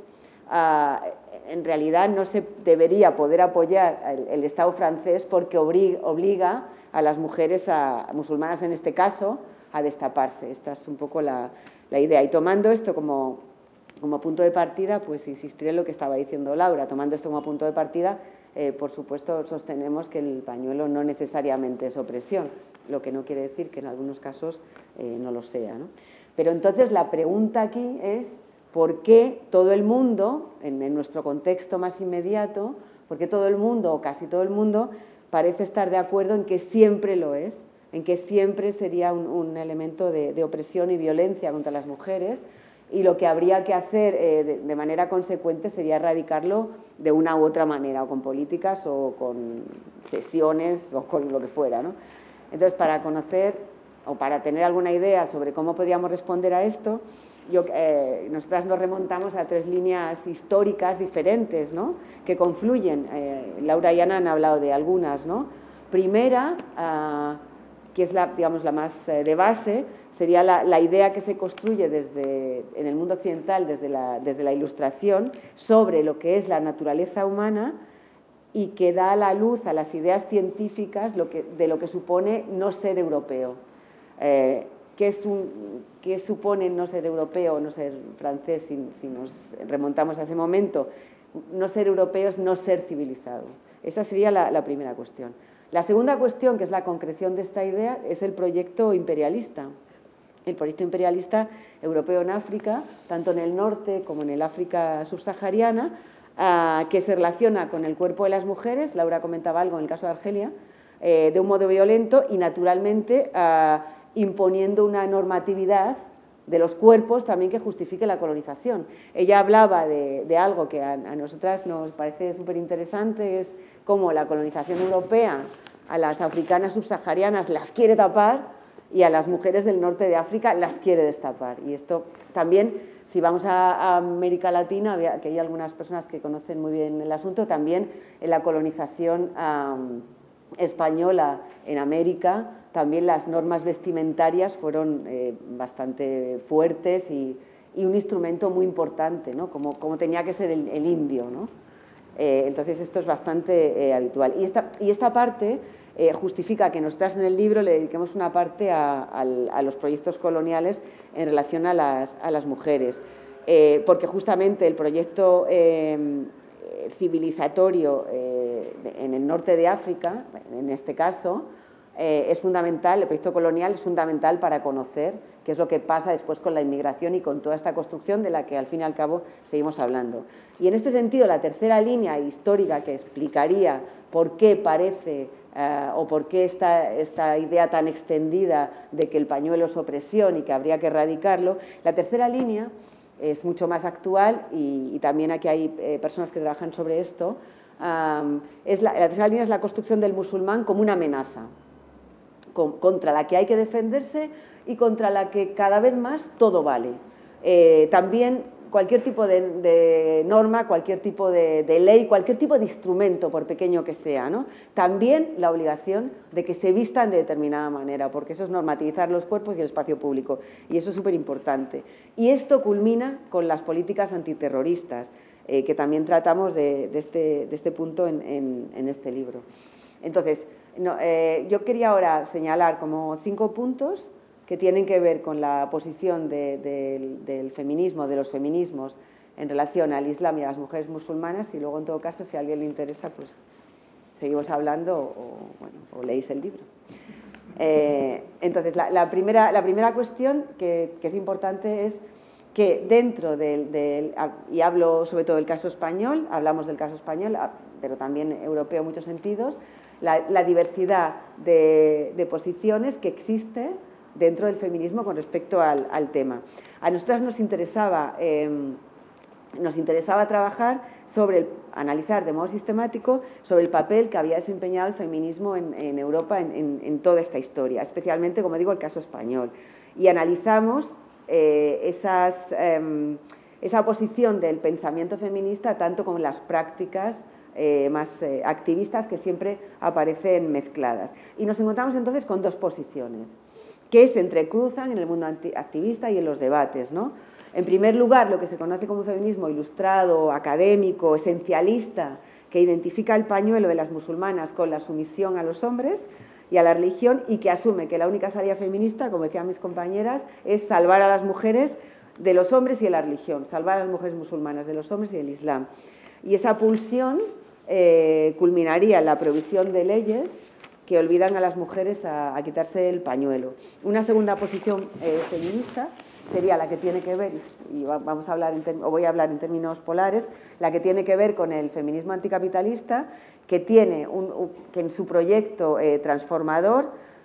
a, en realidad no se debería poder apoyar el, el Estado francés porque obliga, obliga a las mujeres, a, a musulmanas en este caso, a destaparse. Esta es un poco la, la idea. Y tomando esto como, como punto de partida, pues insistiré en lo que estaba diciendo Laura. Tomando esto como punto de partida, eh, por supuesto, sostenemos que el pañuelo no necesariamente es opresión, lo que no quiere decir que en algunos casos eh, no lo sea, ¿no? Pero entonces la pregunta aquí es: ¿por qué todo el mundo, en, en nuestro contexto más inmediato, por qué todo el mundo o casi todo el mundo parece estar de acuerdo en que siempre lo es, en que siempre sería un, un elemento de, de opresión y violencia contra las mujeres, y lo que habría que hacer eh, de, de manera consecuente sería erradicarlo de una u otra manera, o con políticas o con sesiones o con lo que fuera, ¿no? Entonces, para conocer o para tener alguna idea sobre cómo podríamos responder a esto, Yo, eh, nosotras nos remontamos a tres líneas históricas diferentes, ¿no?, que confluyen. Eh, Laura y Ana han hablado de algunas, ¿no? Primera, uh, que es la, digamos, la más eh, de base, sería la, la idea que se construye desde, en el mundo occidental desde la, desde la Ilustración sobre lo que es la naturaleza humana y que da a la luz a las ideas científicas lo que, de lo que supone no ser europeo. Eh, ¿Qué, es un, ¿Qué supone no ser europeo o no ser francés si, si nos remontamos a ese momento? No ser europeo es no ser civilizado. Esa sería la, la primera cuestión. La segunda cuestión, que es la concreción de esta idea, es el proyecto imperialista. El proyecto imperialista europeo en África, tanto en el norte como en el África subsahariana, uh, que se relaciona con el cuerpo de las mujeres, Laura comentaba algo en el caso de Argelia, eh, de un modo violento y naturalmente uh, imponiendo una normatividad de los cuerpos también que justifique la colonización. Ella hablaba de, de algo que a, a nosotras nos parece súper interesante, es cómo la colonización europea a las africanas subsaharianas las quiere tapar y a las mujeres del norte de África las quiere destapar. Y esto también, si vamos a, a América Latina, que hay algunas personas que conocen muy bien el asunto, también en la colonización um, española en América, también las normas vestimentarias fueron eh, bastante fuertes y, y un instrumento muy importante, ¿no?, como, como tenía que ser el, el indio, ¿no? Eh, entonces esto es bastante eh, habitual. Y esta, y esta parte eh, justifica que nosotras en el libro le dediquemos una parte a, a, a los proyectos coloniales en relación a las, a las mujeres, eh, porque justamente el proyecto eh, civilizatorio eh, en el norte de África, en este caso, eh, es fundamental, el proyecto colonial es fundamental para conocer qué es lo que pasa después con la inmigración y con toda esta construcción de la que al fin y al cabo seguimos hablando. Y en este sentido, la tercera línea histórica que explicaría por qué parece uh, o por qué esta, esta idea tan extendida de que el pañuelo es opresión y que habría que erradicarlo, la tercera línea es mucho más actual y, y también aquí hay eh, personas que trabajan sobre esto. Um, es la, la tercera línea es la construcción del musulmán como una amenaza con, contra la que hay que defenderse y contra la que cada vez más todo vale. Eh, también cualquier tipo de, de norma, cualquier tipo de, de ley, cualquier tipo de instrumento, por pequeño que sea, ¿no? También la obligación de que se vistan de determinada manera, porque eso es normativizar los cuerpos y el espacio público, y eso es súper importante. Y esto culmina con las políticas antiterroristas, eh, que también tratamos de, de, este, de este punto en, en, en este libro. Entonces, no, eh, yo quería ahora señalar como cinco puntos que tienen que ver con la posición de, de, del feminismo, de los feminismos en relación al Islam y a las mujeres musulmanas, y luego, en todo caso, si a alguien le interesa, pues seguimos hablando o, bueno, o leéis el libro. Eh, entonces, la, la, primera, la primera cuestión que, que es importante es que dentro del, del, y hablo sobre todo del caso español, hablamos del caso español, pero también europeo en muchos sentidos, la, la diversidad de, de posiciones que existe dentro del feminismo con respecto al, al tema. A nosotras nos interesaba, eh, nos interesaba trabajar sobre, el, analizar de modo sistemático sobre el papel que había desempeñado el feminismo en, en Europa en, en, en toda esta historia, especialmente, como digo, el caso español. Y analizamos eh, esas, eh, esa posición del pensamiento feminista tanto como las prácticas eh, más eh, activistas que siempre aparecen mezcladas. Y nos encontramos entonces con dos posiciones que se entrecruzan en el mundo activista y en los debates, ¿no? En primer lugar, lo que se conoce como feminismo ilustrado, académico, esencialista, que identifica el pañuelo de las musulmanas con la sumisión a los hombres y a la religión, y que asume que la única salida feminista, como decían mis compañeras, es salvar a las mujeres de los hombres y de la religión, salvar a las mujeres musulmanas de los hombres y del Islam. Y esa pulsión eh, culminaría en la provisión de leyes que olvidan a las mujeres a, a quitarse el pañuelo. Una segunda posición eh, feminista sería la que tiene que ver, y vamos a hablar en, o voy a hablar en términos polares, la que tiene que ver con el feminismo anticapitalista, que tiene un, un, que en su proyecto eh, transformador,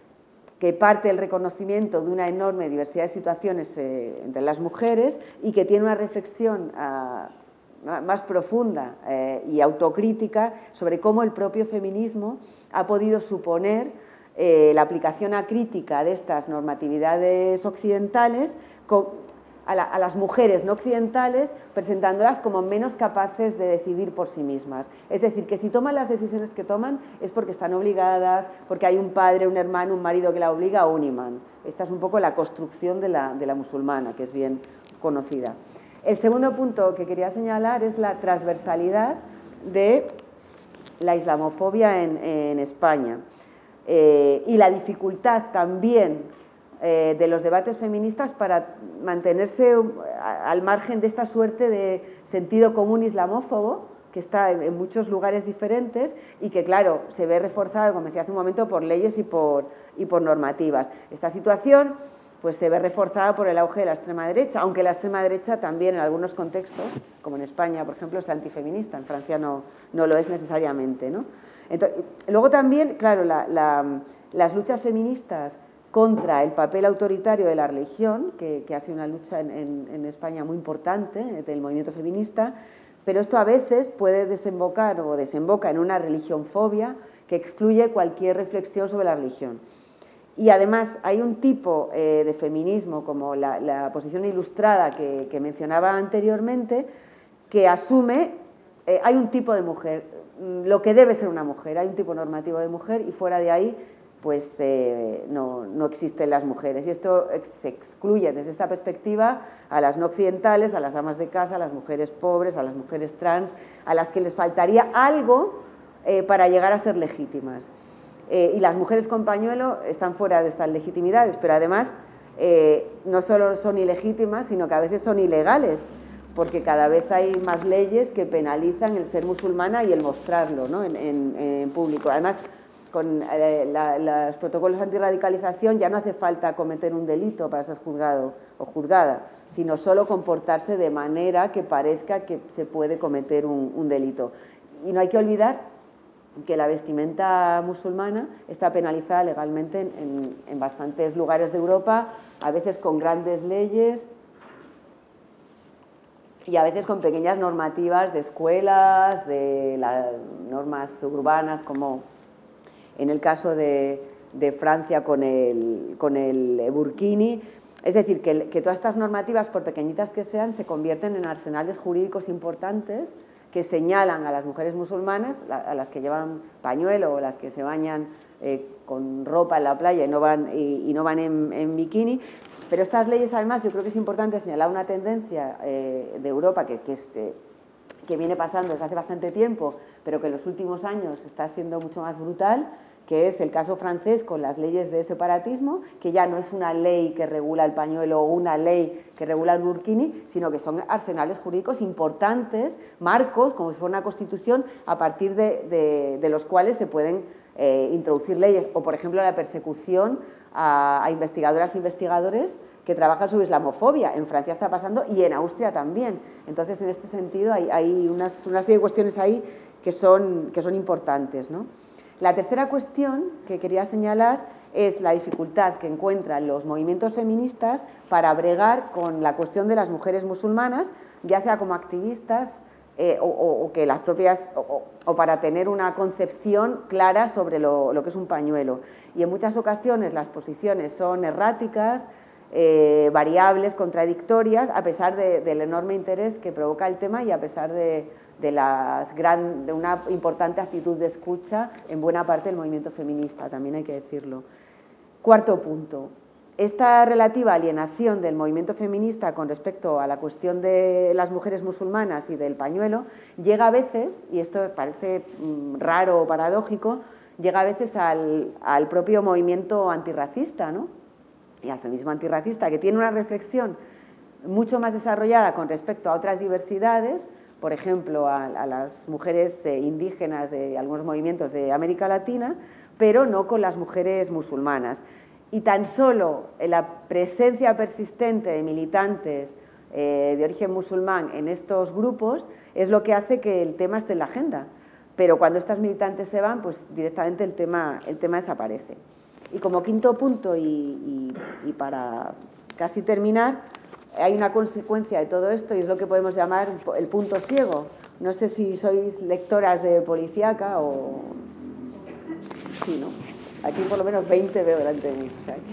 que parte del reconocimiento de una enorme diversidad de situaciones eh, entre las mujeres y que tiene una reflexión a, más profunda eh, y autocrítica sobre cómo el propio feminismo ha podido suponer eh, la aplicación acrítica de estas normatividades occidentales con, a, la, a las mujeres no occidentales, presentándolas como menos capaces de decidir por sí mismas. Es decir, que si toman las decisiones que toman es porque están obligadas, porque hay un padre, un hermano, un marido que la obliga o un imán. Esta es un poco la construcción de la, de la musulmana, que es bien conocida. El segundo punto que quería señalar es la transversalidad de la islamofobia en, en España eh, y la dificultad también eh, de los debates feministas para mantenerse al margen de esta suerte de sentido común islamófobo que está en, en muchos lugares diferentes y que, claro, se ve reforzado, como decía hace un momento, por leyes y por, y por normativas. Esta situación pues se ve reforzada por el auge de la extrema derecha, aunque la extrema derecha también en algunos contextos, como en España, por ejemplo, es antifeminista, en Francia no, no lo es necesariamente, ¿no? Entonces, luego también, claro, la, la, las luchas feministas contra el papel autoritario de la religión, que, que ha sido una lucha en, en, en España muy importante del movimiento feminista, pero esto a veces puede desembocar o desemboca en una religionfobia que excluye cualquier reflexión sobre la religión. Y además hay un tipo eh, de feminismo, como la, la posición ilustrada que, que mencionaba anteriormente, que asume, eh, hay un tipo de mujer, lo que debe ser una mujer, hay un tipo normativo de mujer y fuera de ahí pues eh, no, no existen las mujeres. Y esto ex, se excluye desde esta perspectiva a las no occidentales, a las amas de casa, a las mujeres pobres, a las mujeres trans, a las que les faltaría algo eh, para llegar a ser legítimas. Eh, y las mujeres con pañuelo están fuera de estas legitimidades, pero además eh, no solo son ilegítimas, sino que a veces son ilegales, porque cada vez hay más leyes que penalizan el ser musulmana y el mostrarlo, ¿no? en, en, en público. Además, con eh, la, los protocolos antirradicalización ya no hace falta cometer un delito para ser juzgado o juzgada, sino solo comportarse de manera que parezca que se puede cometer un, un delito. Y no hay que olvidar que la vestimenta musulmana está penalizada legalmente en, en, en bastantes lugares de Europa, a veces con grandes leyes y a veces con pequeñas normativas de escuelas, de las normas urbanas, como en el caso de, de Francia con el, con el burkini. Es decir, que, que todas estas normativas, por pequeñitas que sean, se convierten en arsenales jurídicos importantes que señalan a las mujeres musulmanas, a las que llevan pañuelo o las que se bañan eh, con ropa en la playa y no van, y, y no van en, en bikini. Pero estas leyes, además, yo creo que es importante señalar una tendencia eh, de Europa que, que, es, eh, que viene pasando desde hace bastante tiempo, pero que en los últimos años está siendo mucho más brutal, que es el caso francés con las leyes de separatismo, que ya no es una ley que regula el pañuelo o una ley que regula el burkini, sino que son arsenales jurídicos importantes, marcos, como si fuera una constitución, a partir de, de, de los cuales se pueden eh, introducir leyes, o por ejemplo la persecución a, a investigadoras e investigadores que trabajan sobre islamofobia. En Francia está pasando y en Austria también. Entonces, en este sentido, hay, hay unas, una serie de cuestiones ahí que son, que son importantes, ¿no? La tercera cuestión que quería señalar es la dificultad que encuentran los movimientos feministas para bregar con la cuestión de las mujeres musulmanas, ya sea como activistas eh, o, o, o que las propias o, o para tener una concepción clara sobre lo, lo que es un pañuelo. Y en muchas ocasiones las posiciones son erráticas, eh, variables, contradictorias, a pesar de, del enorme interés que provoca el tema y a pesar de De, las gran, de una importante actitud de escucha en buena parte del movimiento feminista, también hay que decirlo. Cuarto punto, esta relativa alienación del movimiento feminista con respecto a la cuestión de las mujeres musulmanas y del pañuelo llega a veces, y esto parece mmm, raro o paradójico, llega a veces al, al propio movimiento antirracista, ¿no? Y al feminismo antirracista, que tiene una reflexión mucho más desarrollada con respecto a otras diversidades, por ejemplo, a, a las mujeres eh, indígenas de algunos movimientos de América Latina, pero no con las mujeres musulmanas. Y tan solo la presencia persistente de militantes eh, de origen musulmán en estos grupos es lo que hace que el tema esté en la agenda. Pero cuando estas militantes se van, pues directamente el tema, el tema desaparece. Y como quinto punto, y, y, y para casi terminar, hay una consecuencia de todo esto y es lo que podemos llamar el punto ciego. No sé si sois lectoras de policíaca o... Sí, ¿no? Aquí por lo menos veinte veo delante de mí. O sea,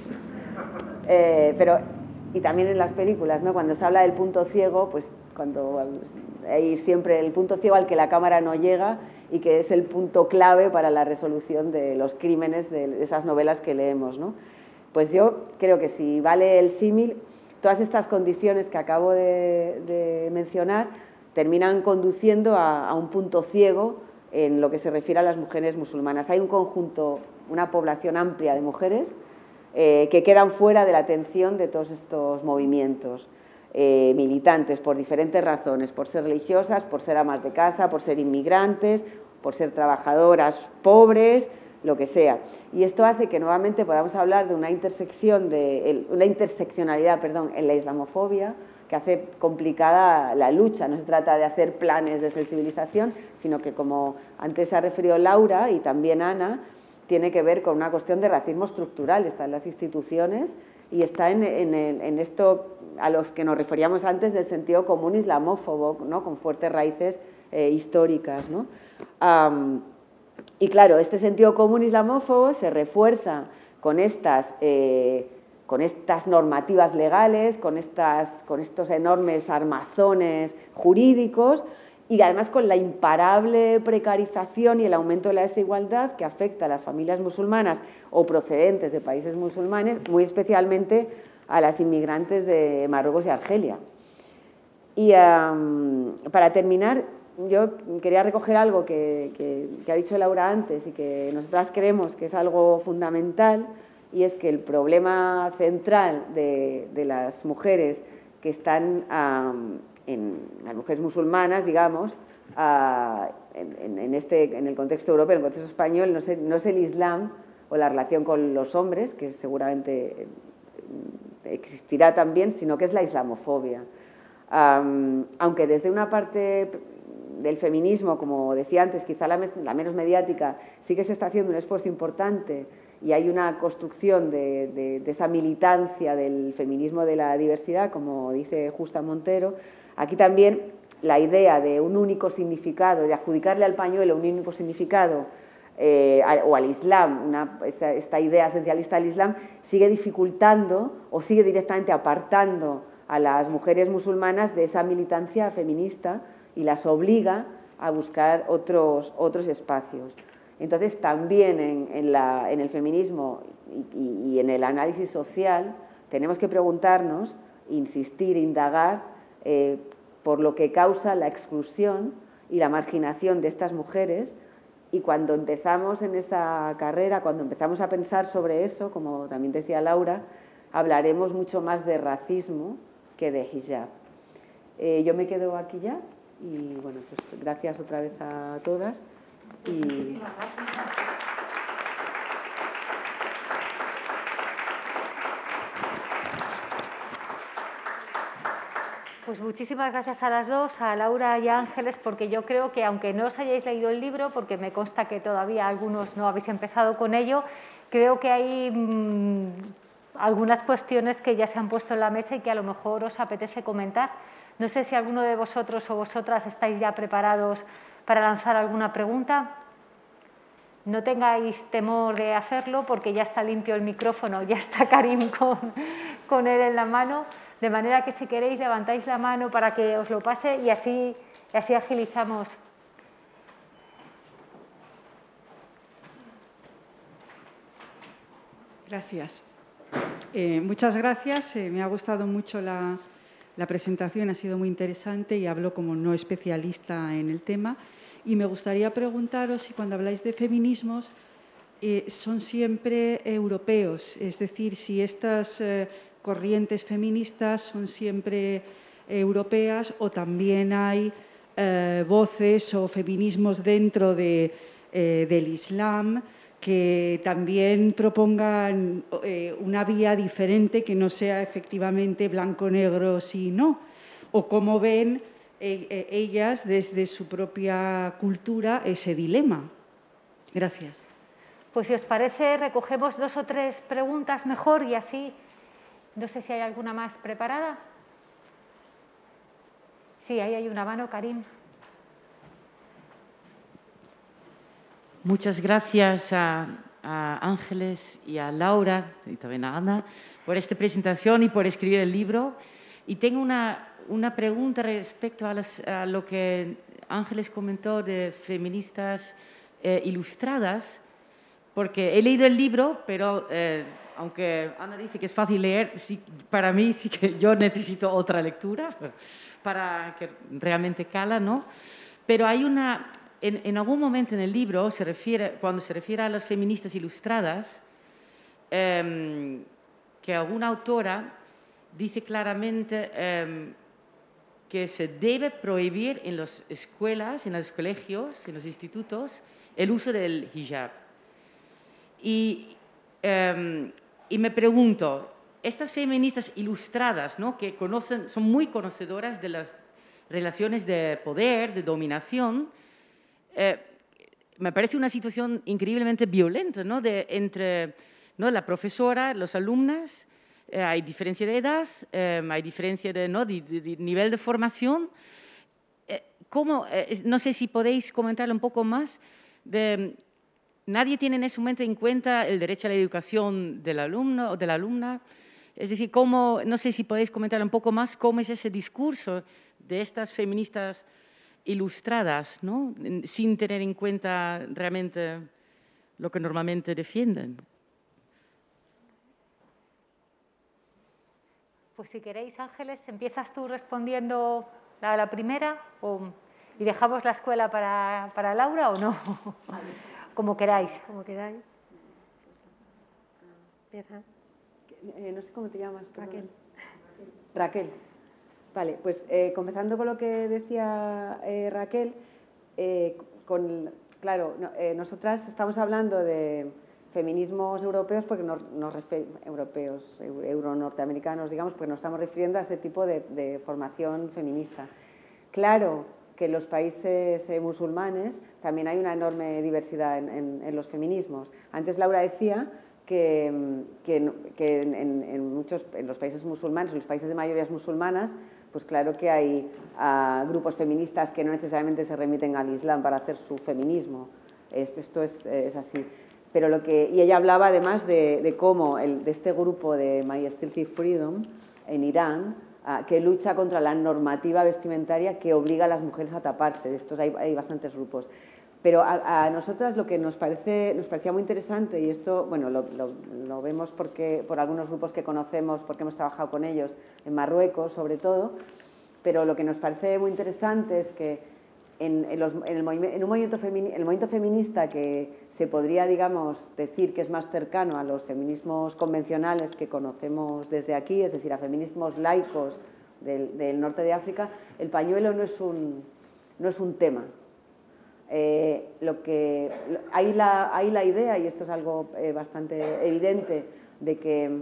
eh, pero, y también en las películas, ¿no? Cuando se habla del punto ciego, pues cuando hay siempre el punto ciego al que la cámara no llega y que es el punto clave para la resolución de los crímenes de esas novelas que leemos, ¿no? Pues yo creo que si vale el símil, todas estas condiciones que acabo de, de mencionar terminan conduciendo a, a un punto ciego en lo que se refiere a las mujeres musulmanas. Hay un conjunto, una población amplia de mujeres eh, que quedan fuera de la atención de todos estos movimientos eh, militantes por diferentes razones, por ser religiosas, por ser amas de casa, por ser inmigrantes, por ser trabajadoras pobres, lo que sea. Y esto hace que nuevamente podamos hablar de una intersección, de, una interseccionalidad, perdón, en la islamofobia, que hace complicada la lucha. No se trata de hacer planes de sensibilización, sino que, como antes se ha referido Laura y también Ana, tiene que ver con una cuestión de racismo estructural, está en las instituciones y está en, en, en esto a los que nos referíamos antes del sentido común islamófobo, ¿no? Con fuertes raíces eh, históricas, ¿no? Um, Y claro, este sentido común islamófobo se refuerza con estas, eh, con estas normativas legales, con, estas, con estos enormes armazones jurídicos y además con la imparable precarización y el aumento de la desigualdad que afecta a las familias musulmanas o procedentes de países musulmanes, muy especialmente a las inmigrantes de Marruecos y Argelia. Y um, para terminar, yo quería recoger algo que, que, que ha dicho Laura antes y que nosotras creemos que es algo fundamental, y es que el problema central de, de las mujeres que están, um, en las mujeres musulmanas, digamos, uh, en, en, este, en el contexto europeo, en el contexto español, no es, no es el Islam o la relación con los hombres, que seguramente existirá también, sino que es la islamofobia. Um, aunque desde una parte del feminismo, como decía antes, quizá la, la menos mediática, sí que se está haciendo un esfuerzo importante y hay una construcción de, de, de esa militancia del feminismo de la diversidad, como dice Justa Montero. Aquí también la idea de un único significado, de adjudicarle al pañuelo un único significado, eh, o al Islam, una, esta, esta idea esencialista del Islam, sigue dificultando o sigue directamente apartando a las mujeres musulmanas de esa militancia feminista y las obliga a buscar otros, otros espacios. Entonces, también en, en, la, en el feminismo y, y, y en el análisis social tenemos que preguntarnos, insistir, indagar eh, por lo que causa la exclusión y la marginación de estas mujeres, y cuando empezamos en esa carrera, cuando empezamos a pensar sobre eso, como también decía Laura, hablaremos mucho más de racismo que de hijab. Eh, yo me quedo aquí ya y bueno, pues gracias otra vez a todas. Y... Pues muchísimas gracias a las dos, a Laura y a Ángeles, porque yo creo que aunque no os hayáis leído el libro, porque me consta que todavía algunos no habéis empezado con ello, creo que hay mmm, algunas cuestiones que ya se han puesto en la mesa y que a lo mejor os apetece comentar. No sé si alguno de vosotros o vosotras estáis ya preparados para lanzar alguna pregunta. No tengáis temor de hacerlo porque ya está limpio el micrófono, ya está Karim con, con él en la mano, de manera que si queréis levantáis la mano para que os lo pase y así, y así agilizamos. Gracias. Eh, muchas gracias. Eh, me ha gustado mucho la, la presentación, ha sido muy interesante y hablo como no especialista en el tema. Y me gustaría preguntaros si cuando habláis de feminismos eh, son siempre europeos, es decir, si estas eh, corrientes feministas son siempre europeas o también hay eh, voces o feminismos dentro de, eh, del Islam que también propongan eh, una vía diferente que no sea efectivamente blanco-negro, sí no, o cómo ven ellas desde su propia cultura ese dilema. Gracias. Pues si os parece, recogemos dos o tres preguntas mejor y así, no sé si hay alguna más preparada. Sí, ahí hay una mano, Karim. Muchas gracias a, a Ángeles y a Laura y también a Ana por esta presentación y por escribir el libro. Y tengo una Una pregunta respecto a, las, a lo que Ángeles comentó de feministas eh, ilustradas, porque he leído el libro, pero eh, aunque Ana dice que es fácil leer, sí, para mí sí que yo necesito otra lectura para que realmente cala, ¿no? Pero hay una, en, en algún momento en el libro, se refiere, cuando se refiere a las feministas ilustradas, eh, que alguna autora dice claramente eh, que se debe prohibir en las escuelas, en los colegios, en los institutos, el uso del hijab. Y, eh, y me pregunto, estas feministas ilustradas, ¿no?, que conocen, son muy conocedoras de las relaciones de poder, de dominación, eh, me parece una situación increíblemente violenta, ¿no?, de, entre, ¿no?, la profesora, los alumnos. Eh, hay diferencia de edad, eh, hay diferencia de, ¿no?, de, de, de nivel de formación. Eh, ¿cómo, eh, no sé si podéis comentar un poco más. De, nadie tiene en ese momento en cuenta el derecho a la educación del alumno o de la alumna. Es decir, cómo, no sé si podéis comentar un poco más cómo es ese discurso de estas feministas ilustradas, ¿no?, sin tener en cuenta realmente lo que normalmente defienden. Pues si queréis, Ángeles, ¿empiezas tú respondiendo a la primera o, y dejamos la escuela para, para Laura o no? Vale. Como queráis. Como queráis. Empieza. Eh, no sé cómo te llamas. Raquel. Raquel. Vale, pues eh, comenzando con lo que decía eh, Raquel, Eh, con, claro, no, eh, nosotras estamos hablando de feminismos europeos, porque nos, nos europeos, euro-norteamericanos, digamos, porque nos estamos refiriendo a ese tipo de, de formación feminista. Claro que en los países eh, musulmanes también hay una enorme diversidad en, en, en los feminismos. Antes Laura decía que, que, que en, en, muchos, en los países musulmanes, en los países de mayorías musulmanas, pues claro que hay uh, grupos feministas que no necesariamente se remiten al Islam para hacer su feminismo. Esto es, es así. Pero lo que, y ella hablaba además de, de cómo el, de este grupo de My Stealthy Freedom en Irán, uh, que lucha contra la normativa vestimentaria que obliga a las mujeres a taparse. De estos hay, hay bastantes grupos. Pero a, a nosotras lo que nos, parece, nos parecía muy interesante, y esto, bueno, lo, lo, lo vemos porque, por algunos grupos que conocemos, porque hemos trabajado con ellos en Marruecos, sobre todo, pero lo que nos parece muy interesante es que en, en, los, en, el, en un movimiento, femini, el movimiento feminista que se podría, digamos, decir que es más cercano a los feminismos convencionales que conocemos desde aquí, es decir, a feminismos laicos del, del norte de África, el pañuelo no es un, no es un tema. Eh, lo que, hay, la, hay la idea, y esto es algo eh, bastante evidente, de que,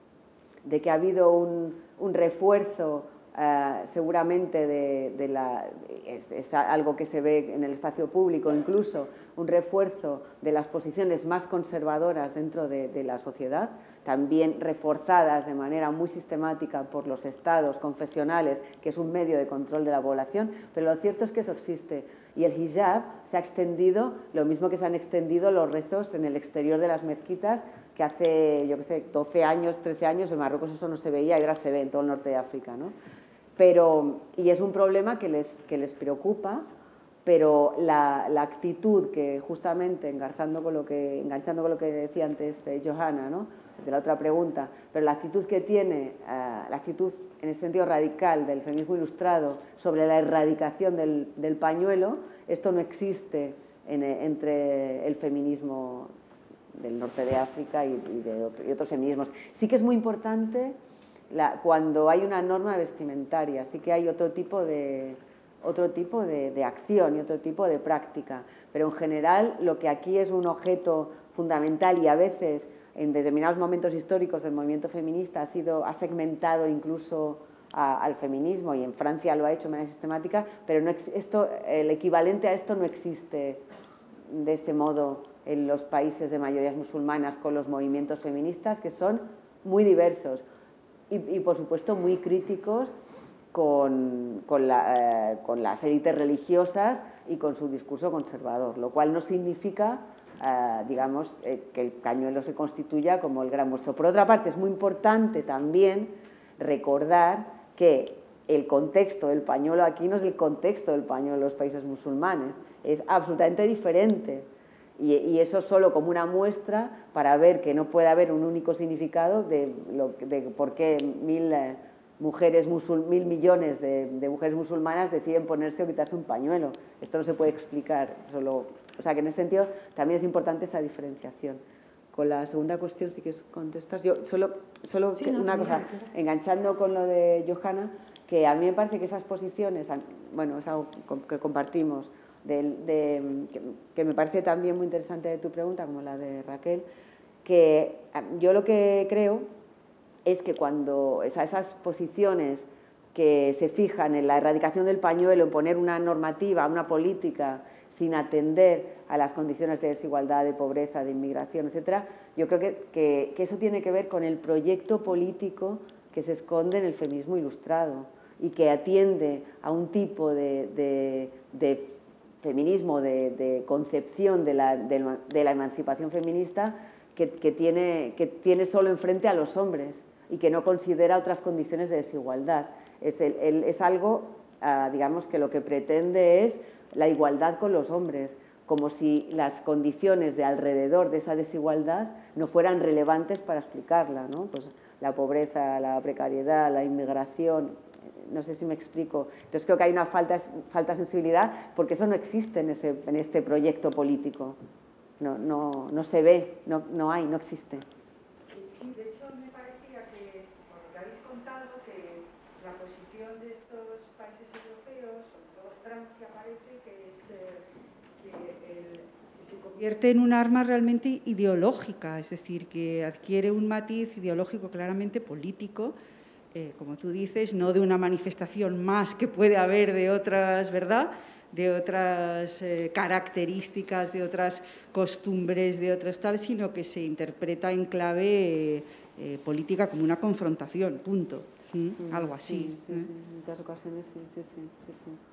de que ha habido un, un refuerzo eh, seguramente de, de la, es, es algo que se ve en el espacio público incluso, un refuerzo de las posiciones más conservadoras dentro de, de la sociedad, también reforzadas de manera muy sistemática por los estados confesionales, que es un medio de control de la población, pero lo cierto es que eso existe. Y el hijab se ha extendido, lo mismo que se han extendido los rezos en el exterior de las mezquitas, que hace, yo qué sé, doce años, trece años, en Marruecos eso no se veía y ahora se ve en todo el norte de África, ¿no? Pero, y es un problema que les, que les preocupa, pero la, la actitud que justamente, engarzando con lo que, enganchando con lo que decía antes eh, Johanna, ¿no?, de la otra pregunta, pero la actitud que tiene, uh, la actitud en el sentido radical del feminismo ilustrado sobre la erradicación del, del pañuelo, esto no existe en, entre el feminismo del norte de África y, y, de otro, y otros feminismos. Sí que es muy importante la, cuando hay una norma vestimentaria, sí que hay otro tipo de, otro tipo de, de acción y otro tipo de práctica, pero en general lo que aquí es un objeto fundamental y a veces en determinados momentos históricos del movimiento feminista ha, sido, ha segmentado incluso a, al feminismo, y en Francia lo ha hecho de manera sistemática, pero no, esto, el equivalente a esto no existe de ese modo en los países de mayorías musulmanas con los movimientos feministas, que son muy diversos y, y por supuesto muy críticos con, con, la, eh, con las élites religiosas y con su discurso conservador, lo cual no significa Uh, digamos, eh, que el pañuelo se constituya como el gran monstruo. Por otra parte, es muy importante también recordar que el contexto del pañuelo aquí no es el contexto del pañuelo en los países musulmanes, es absolutamente diferente. Y, y eso solo como una muestra para ver que no puede haber un único significado de, lo, de por qué mil, eh, mujeres musul, mil millones de, de mujeres musulmanas deciden ponerse o quitarse un pañuelo. Esto no se puede explicar solo. O sea, que en ese sentido también es importante esa diferenciación. Con la segunda cuestión, si quieres contestas. Yo solo, solo sí, no, una cosa, claro. Enganchando con lo de Johanna, que a mí me parece que esas posiciones, bueno, es algo que compartimos, de, de, que, que me parece también muy interesante de tu pregunta, como la de Raquel, que yo lo que creo es que cuando esas posiciones que se fijan en la erradicación del pañuelo, en poner una normativa, una política, sin atender a las condiciones de desigualdad, de pobreza, de inmigración, etcétera, yo creo que, que, que eso tiene que ver con el proyecto político que se esconde en el feminismo ilustrado y que atiende a un tipo de, de, de feminismo, de, de concepción de la, de, de la emancipación feminista que, que, tiene, que tiene solo enfrente a los hombres y que no considera otras condiciones de desigualdad. Es, el, el, es algo, uh, digamos, que lo que pretende es la igualdad con los hombres, como si las condiciones de alrededor de esa desigualdad no fueran relevantes para explicarla, ¿no? Pues la pobreza, la precariedad, la inmigración, no sé si me explico. Entonces creo que hay una falta, falta de sensibilidad porque eso no existe en, ese, en este proyecto político, no, no, no se ve, no, no hay, no existe. Sí, de hecho me parecía que, por lo que habéis contado, que la posición de estos países europeos, sobre todo Francia, que aparece, que es eh, que, el, que se convierte en un arma realmente ideológica, es decir, que adquiere un matiz ideológico claramente político, eh, como tú dices, no de una manifestación más que puede haber de otras, ¿verdad?, de otras eh, características, de otras costumbres, de otras tal, sino que se interpreta en clave eh, eh, política como una confrontación, punto. ¿Mm? Mm, algo así. Sí, sí, ¿eh? sí, en muchas ocasiones sí, sí, sí, sí,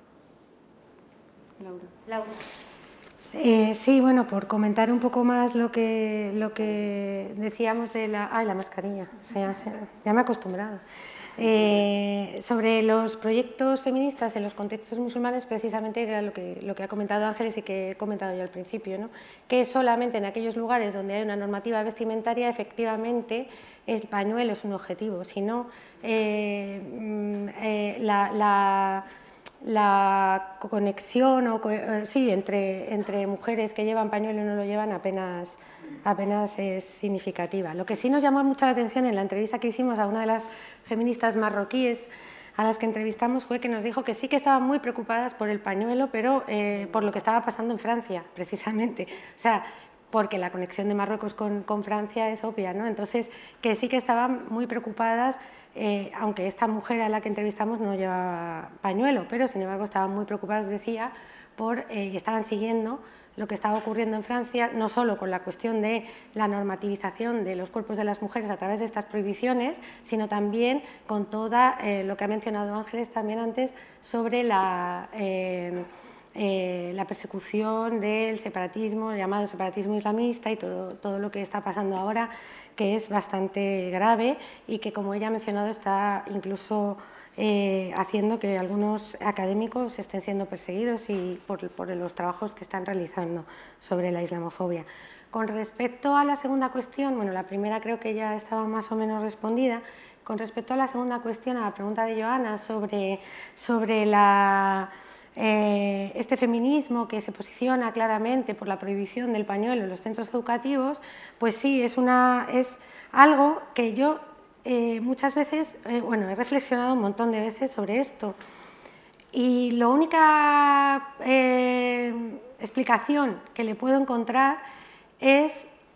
sí. Laura. Laura. Eh, sí, bueno, por comentar un poco más lo que, lo que decíamos de la... Ay, la mascarilla, o sea, ya me he acostumbrado. Eh, sobre los proyectos feministas en los contextos musulmanes, precisamente era lo que, lo que ha comentado Ángeles y que he comentado yo al principio, ¿no? Que solamente en aquellos lugares donde hay una normativa vestimentaria, efectivamente, el pañuelo es un objetivo, si no, eh, eh, la... la la conexión o, eh, sí, entre, entre mujeres que llevan pañuelo y no lo llevan apenas, apenas es significativa. Lo que sí nos llamó mucho la atención en la entrevista que hicimos a una de las feministas marroquíes a las que entrevistamos fue que nos dijo que sí que estaban muy preocupadas por el pañuelo, pero eh, por lo que estaba pasando en Francia, precisamente. O sea, porque la conexión de Marruecos con, con Francia es obvia, ¿no? Entonces, que sí que estaban muy preocupadas, eh, aunque esta mujer a la que entrevistamos no llevaba pañuelo, pero sin embargo estaban muy preocupadas, decía, por, eh, y estaban siguiendo lo que estaba ocurriendo en Francia, no solo con la cuestión de la normativización de los cuerpos de las mujeres a través de estas prohibiciones, sino también con toda eh, lo que ha mencionado Ángeles también antes sobre la... Eh, Eh, la persecución del separatismo, el llamado separatismo islamista y todo, todo lo que está pasando ahora, que es bastante grave y que, como ella ha mencionado, está incluso eh, haciendo que algunos académicos estén siendo perseguidos y por, por los trabajos que están realizando sobre la islamofobia. Con respecto a la segunda cuestión, bueno, la primera creo que ya estaba más o menos respondida. Con respecto a la segunda cuestión, a la pregunta de Joana sobre, sobre la... Eh, este feminismo que se posiciona claramente por la prohibición del pañuelo en los centros educativos, pues sí, es, una, es algo que yo eh, muchas veces, eh, bueno, he reflexionado un montón de veces sobre esto. Y la única eh, explicación que le puedo encontrar es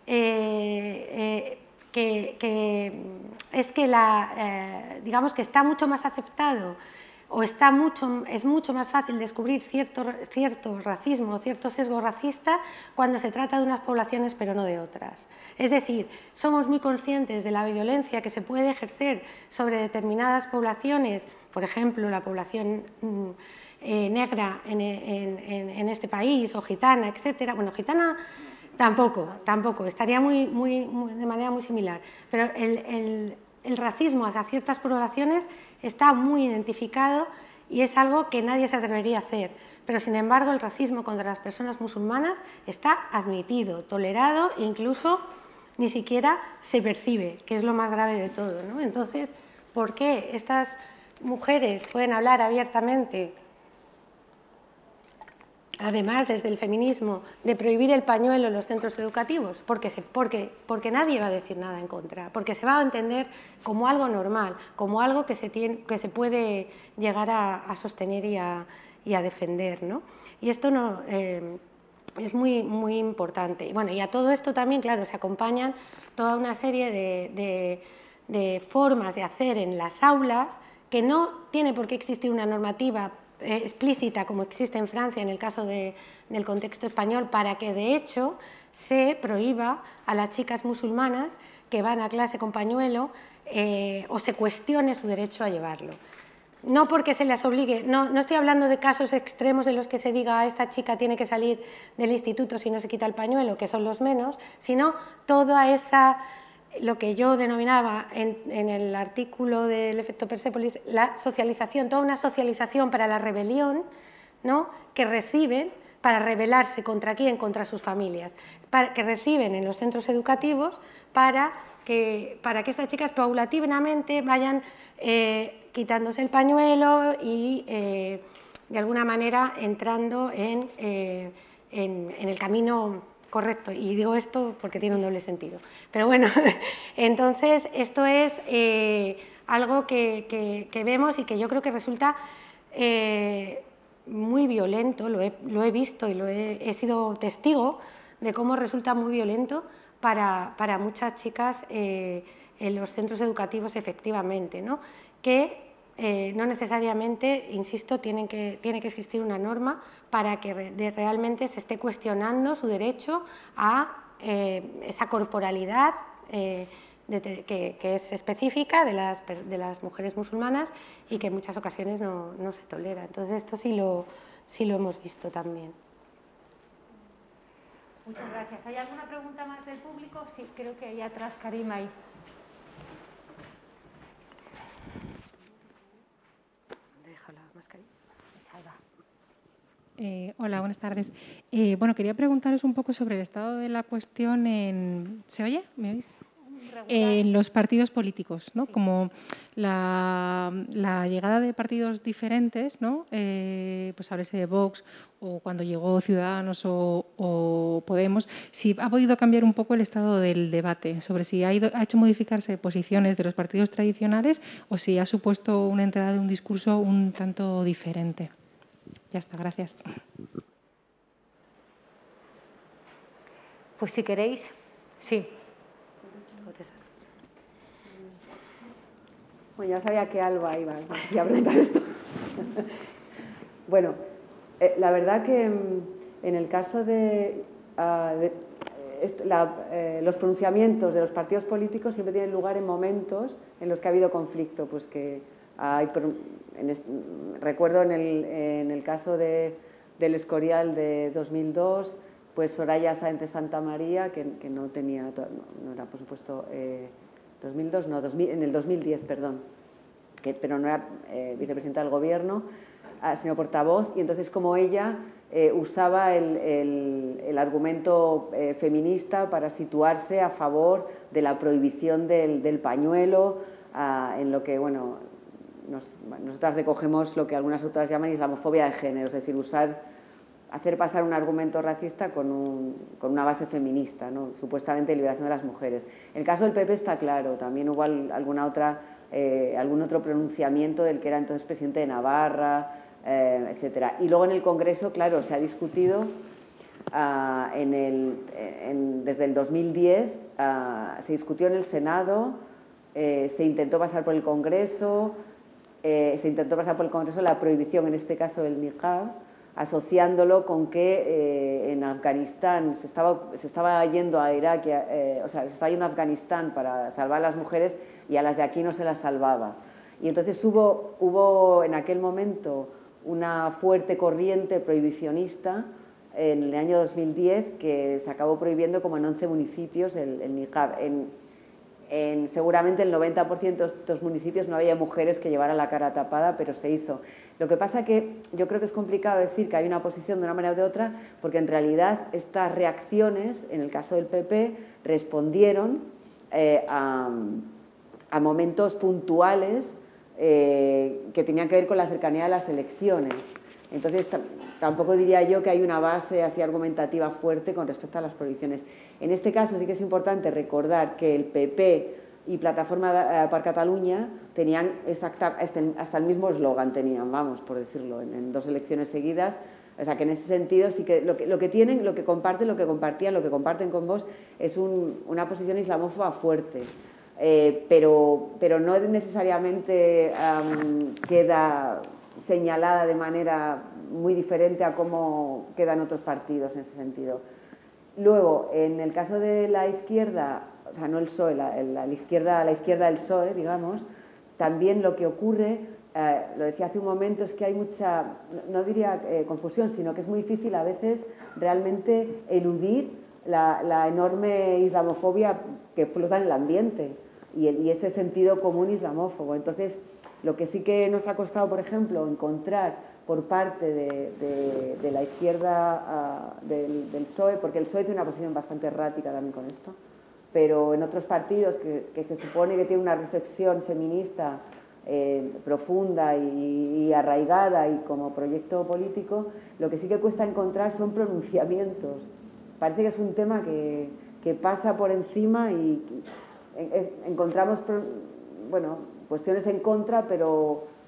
eh, eh, que, que, es que la, eh, digamos que está mucho más aceptado o está mucho, es mucho más fácil descubrir cierto, cierto racismo, cierto sesgo racista cuando se trata de unas poblaciones pero no de otras. Es decir, somos muy conscientes de la violencia que se puede ejercer sobre determinadas poblaciones, por ejemplo, la población mm, eh, negra en, en, en, en este país o gitana, etcétera. Bueno, gitana tampoco, tampoco, estaría muy, muy, muy, de manera muy similar, pero el, el, el racismo hacia ciertas poblaciones está muy identificado y es algo que nadie se atrevería a hacer, pero sin embargo el racismo contra las personas musulmanas está admitido, tolerado e incluso ni siquiera se percibe, que es lo más grave de todo, ¿no? Entonces, ¿por qué estas mujeres pueden hablar abiertamente, además desde el feminismo, de prohibir el pañuelo en los centros educativos? Porque, se, porque, porque nadie va a decir nada en contra, porque se va a entender como algo normal, como algo que se, tiene, que se puede llegar a, a sostener y a, y a defender, ¿no? Y esto no, eh, es muy, muy importante. Y, bueno, y a todo esto también, claro, se acompañan toda una serie de, de, de formas de hacer en las aulas que no tiene por qué existir una normativa Eh, explícita como existe en Francia en el caso de, del contexto español, para que de hecho se prohíba a las chicas musulmanas que van a clase con pañuelo eh, o se cuestione su derecho a llevarlo. No porque se les obligue, no, no estoy hablando de casos extremos en los que se diga a esta chica tiene que salir del instituto si no se quita el pañuelo, que son los menos, sino toda esa... lo que yo denominaba en, en el artículo del efecto Persépolis, la socialización, toda una socialización para la rebelión, ¿no?, que reciben para rebelarse contra quién, contra sus familias, para, que reciben en los centros educativos para que, para que estas chicas paulatinamente vayan eh, quitándose el pañuelo y eh, de alguna manera entrando en, eh, en, en el camino correcto, y digo esto porque tiene un doble sentido. Pero bueno, entonces esto es eh, algo que, que, que vemos y que yo creo que resulta eh, muy violento, lo he, lo he visto y lo he, he sido testigo de cómo resulta muy violento para, para muchas chicas eh, en los centros educativos, efectivamente, ¿no? Que eh, no necesariamente, insisto, tienen que, tiene que existir una norma para que re, de, realmente se esté cuestionando su derecho a eh, esa corporalidad eh, de, que, que es específica de las, de las mujeres musulmanas y que en muchas ocasiones no, no se tolera. Entonces esto sí lo, sí lo hemos visto también. Muchas gracias. ¿Hay alguna pregunta más del público? Sí, creo que ahí atrás, Karim, ahí. Deja la mascarilla. Eh, hola, buenas tardes. Eh, bueno, quería preguntaros un poco sobre el estado de la cuestión en... ¿Se oye? ¿Me oís? En los partidos políticos, ¿no? Como la, la llegada de partidos diferentes, ¿no? Eh, pues háblese de Vox o cuando llegó Ciudadanos o, o Podemos, si ha podido cambiar un poco el estado del debate sobre si ha, ido, ha hecho modificarse posiciones de los partidos tradicionales o si ha supuesto una entrada de un discurso un tanto diferente. Ya está, gracias. Pues si queréis, sí. Bueno, ya sabía que Alba iba a preguntar esto. Bueno, eh, la verdad que en el caso de, uh, de est, la, eh, los pronunciamientos de los partidos políticos siempre tienen lugar en momentos en los que ha habido conflicto. Pues que hay, en est, recuerdo en el, en el caso de, del Escorial de dos mil dos, pues Soraya Sáenz de Santa María, que, que no tenía, no, no era por supuesto... Eh, dos mil dos, no, dos mil, en el dos mil diez, perdón, que, pero no era eh, vicepresidenta del Gobierno, ah, sino portavoz, y entonces como ella eh, usaba el, el, el argumento eh, feminista para situarse a favor de la prohibición del, del pañuelo, ah, en lo que, bueno, nos, nosotras recogemos lo que algunas otras llaman islamofobia de género, es decir, usar... hacer pasar un argumento racista con, un, con una base feminista, ¿no? Supuestamente liberación de las mujeres. En el caso del P P está claro, también hubo alguna otra, eh, algún otro pronunciamiento del que era entonces presidente de Navarra, eh, etcétera. Y luego en el Congreso, claro, se ha discutido uh, en el, en, desde el dos mil diez, uh, se discutió en el Senado, eh, se intentó pasar por el Congreso, eh, se intentó pasar por el Congreso la prohibición, en este caso del niqab, asociándolo con que eh, en Afganistán se estaba, se estaba yendo a Irak, eh, o sea, se estaba yendo a Afganistán para salvar a las mujeres y a las de aquí no se las salvaba. Y entonces hubo, hubo en aquel momento una fuerte corriente prohibicionista en el año dos mil diez que se acabó prohibiendo como en once municipios el, el niqab. En, en seguramente el noventa por ciento de estos municipios no había mujeres que llevaran la cara tapada, pero se hizo. Lo que pasa que yo creo que es complicado decir que hay una posición de una manera o de otra, porque en realidad estas reacciones, en el caso del P P, respondieron eh, a, a momentos puntuales eh, que tenían que ver con la cercanía de las elecciones. Entonces, tampoco diría yo que hay una base así argumentativa fuerte con respecto a las prohibiciones. En este caso sí que es importante recordar que el P P y Plataforma per Catalunya tenían exacta, hasta, el, hasta el mismo eslogan, tenían, vamos, por decirlo, en, en dos elecciones seguidas. O sea, que en ese sentido sí que lo que, lo que tienen, lo que comparten, lo que compartían, lo que comparten con vos es un, una posición islamófoba fuerte. Eh, pero, pero no necesariamente um, queda señalada de manera muy diferente a cómo quedan otros partidos en ese sentido. Luego, en el caso de la izquierda, o sea, no el P S O E, la, la, la, izquierda, la izquierda del P S O E, digamos, también lo que ocurre, eh, lo decía hace un momento, es que hay mucha, no diría eh, confusión, sino que es muy difícil a veces realmente eludir la, la enorme islamofobia que flota en el ambiente y, el, y ese sentido común islamófobo. Entonces, lo que sí que nos ha costado, por ejemplo, encontrar por parte de, de, de la izquierda uh, del, del P S O E, porque el P S O E tiene una posición bastante errática también con esto, pero en otros partidos que, que se supone que tienen una reflexión feminista eh, profunda y, y arraigada y como proyecto político, lo que sí que cuesta encontrar son pronunciamientos. Parece que es un tema que, que pasa por encima y, y en, encontramos, bueno, cuestiones en contra, pero,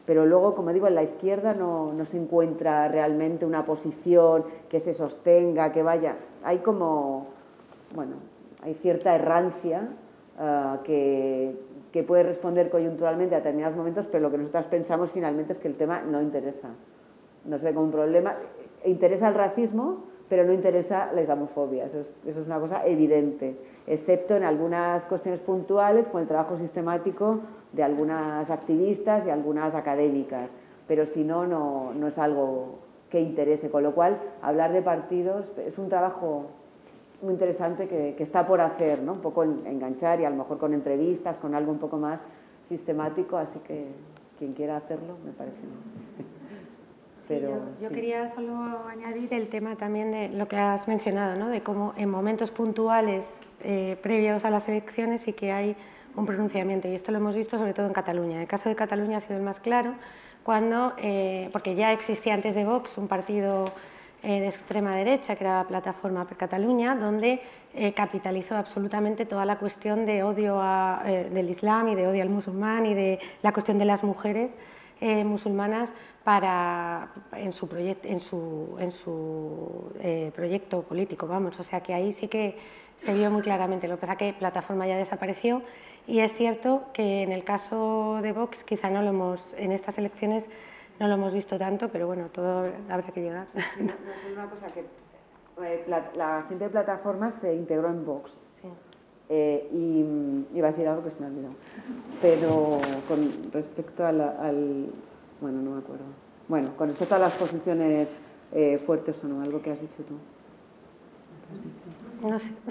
pero luego, como digo, en la izquierda no, no se encuentra realmente una posición que se sostenga, que vaya. Hay como, bueno, hay cierta errancia uh, que, que puede responder coyunturalmente a determinados momentos, pero lo que nosotros pensamos finalmente es que el tema no interesa. No se ve como un problema. Interesa el racismo, pero no interesa la islamofobia. Eso es, eso es una cosa evidente, excepto en algunas cuestiones puntuales con el trabajo sistemático de algunas activistas y algunas académicas, pero si no, no, no es algo que interese, con lo cual hablar de partidos es un trabajo muy interesante que, que está por hacer, ¿no? Un poco en, enganchar y a lo mejor con entrevistas, con algo un poco más sistemático, así que quien quiera hacerlo me parece bien. Pero, sí, yo, yo sí. quería solo añadir el tema también de lo que has mencionado, ¿no? De cómo en momentos puntuales eh, previos a las elecciones sí que hay un pronunciamiento, y esto lo hemos visto sobre todo en Cataluña. En el caso de Cataluña ha sido el más claro, cuando, eh, porque ya existía antes de Vox un partido eh, de extrema derecha, que era Plataforma per Catalunya, donde eh, capitalizó absolutamente toda la cuestión de odio a, eh, del Islam y de odio al musulmán y de la cuestión de las mujeres eh, musulmanas para, en su, proyect, en su, en su eh, proyecto político, vamos. O sea que ahí sí que se vio muy claramente. Lo que pasa es que Plataforma ya desapareció. Y es cierto que en el caso de Vox quizá no lo hemos, en estas elecciones no lo hemos visto tanto, pero bueno, todo habrá que llegar. No, no, es una cosa que eh, la, la gente de Plataforma se integró en Vox. Sí. Eh, y iba a decir algo que se me ha olvidado. Pero con respecto a la, al... Bueno, no me acuerdo. Bueno, con respecto a las posiciones eh, fuertes o no, algo que has dicho tú. ¿Qué has dicho? No sé.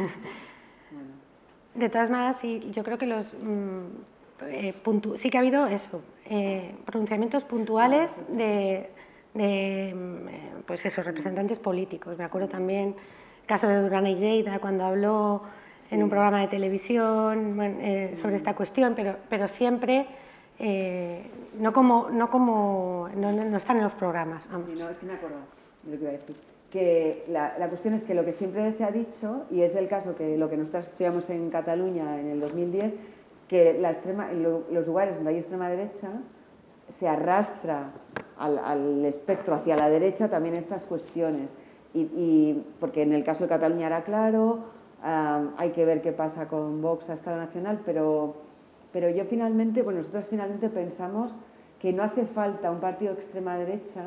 Bueno. De todas maneras, sí, yo creo que los mmm, eh, puntu sí que ha habido eso, eh, pronunciamientos puntuales de, de pues eso, representantes políticos. Me acuerdo también el caso de Durán y Lleida cuando habló sí. en un programa de televisión bueno, eh, sobre esta cuestión, pero, pero siempre eh, no como no como no, no están en los programas. Vamos. Sí, no, es que me acuerdo de lo que iba a decir. Que la, la cuestión es que lo que siempre se ha dicho, y es el caso que lo que nosotros estudiamos en Cataluña en el dos mil diez, que la extrema, en lo, los lugares donde hay extrema derecha se arrastra al, al espectro hacia la derecha también estas cuestiones. Y, y, porque en el caso de Cataluña era claro, um, hay que ver qué pasa con Vox a escala nacional, pero, pero yo finalmente, bueno, nosotros finalmente pensamos que no hace falta un partido de extrema derecha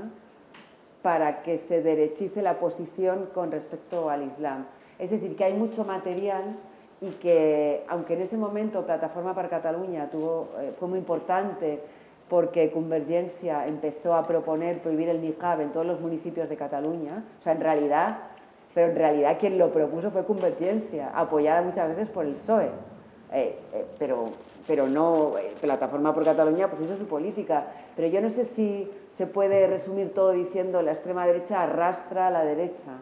para que se derechice la posición con respecto al Islam. Es decir, que hay mucho material y que, aunque en ese momento Plataforma per Catalunya tuvo, eh, fue muy importante porque Convergencia empezó a proponer prohibir el niqab en todos los municipios de Cataluña, o sea, en realidad, pero en realidad quien lo propuso fue Convergencia, apoyada muchas veces por el P S O E, eh, eh, pero, pero no, eh, Plataforma per Catalunya pues hizo su política, pero yo no sé si se puede resumir todo diciendo la extrema derecha arrastra a la derecha.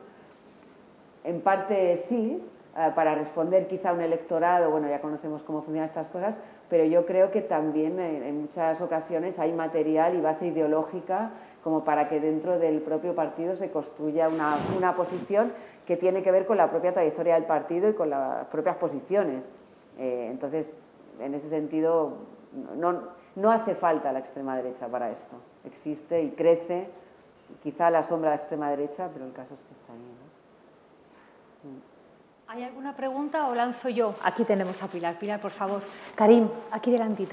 En parte sí, eh, para responder quizá a un electorado, bueno, ya conocemos cómo funcionan estas cosas, pero yo creo que también en, en muchas ocasiones hay material y base ideológica como para que dentro del propio partido se construya una, una posición que tiene que ver con la propia trayectoria del partido y con las propias posiciones. Eh, entonces, en ese sentido, no, no hace falta la extrema derecha para esto. Existe y crece, quizá a la sombra de la extrema derecha, pero el caso es que está ahí, ¿no? ¿Hay alguna pregunta o lanzo yo? Aquí tenemos a Pilar. Pilar, por favor. Karim, aquí delantito.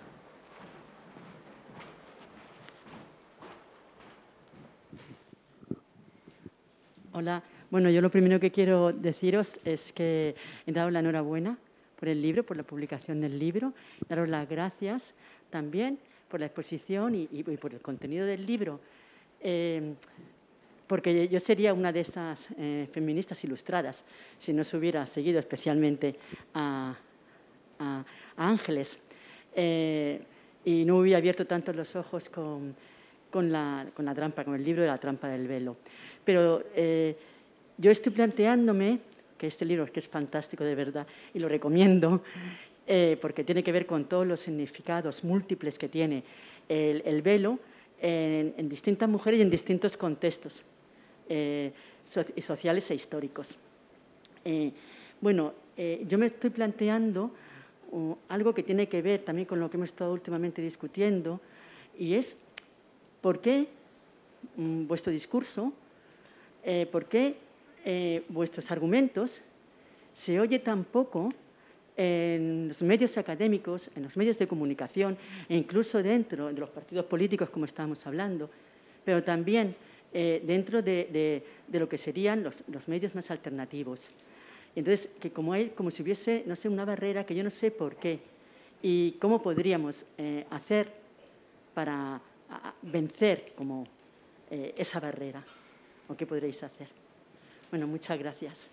Hola. Bueno, yo lo primero que quiero deciros es que he dado la enhorabuena por el libro, por la publicación del libro, daros las gracias también por la exposición y, y, y por el contenido del libro, eh, porque yo sería una de esas eh, feministas ilustradas si no se hubiera seguido especialmente a, a, a Ángeles eh, y no hubiera abierto tanto los ojos con, con, la, con la trampa, con el libro de la trampa del velo. Pero eh, yo estoy planteándome que este libro es que es fantástico de verdad y lo recomiendo eh, porque tiene que ver con todos los significados múltiples que tiene el, el velo en, en distintas mujeres y en distintos contextos eh, so, sociales e históricos. Eh, bueno, eh, yo me estoy planteando uh, algo que tiene que ver también con lo que hemos estado últimamente discutiendo y es por qué mm, vuestro discurso, eh, por qué eh, vuestros argumentos se oye tan poco en los medios académicos, en los medios de comunicación e incluso dentro de los partidos políticos, como estábamos hablando, pero también eh, dentro de, de, de lo que serían los, los medios más alternativos. Entonces, que como, hay, como si hubiese, no sé, una barrera que yo no sé por qué y cómo podríamos eh, hacer para a, vencer como eh, esa barrera, o qué podréis hacer. Bueno, muchas gracias.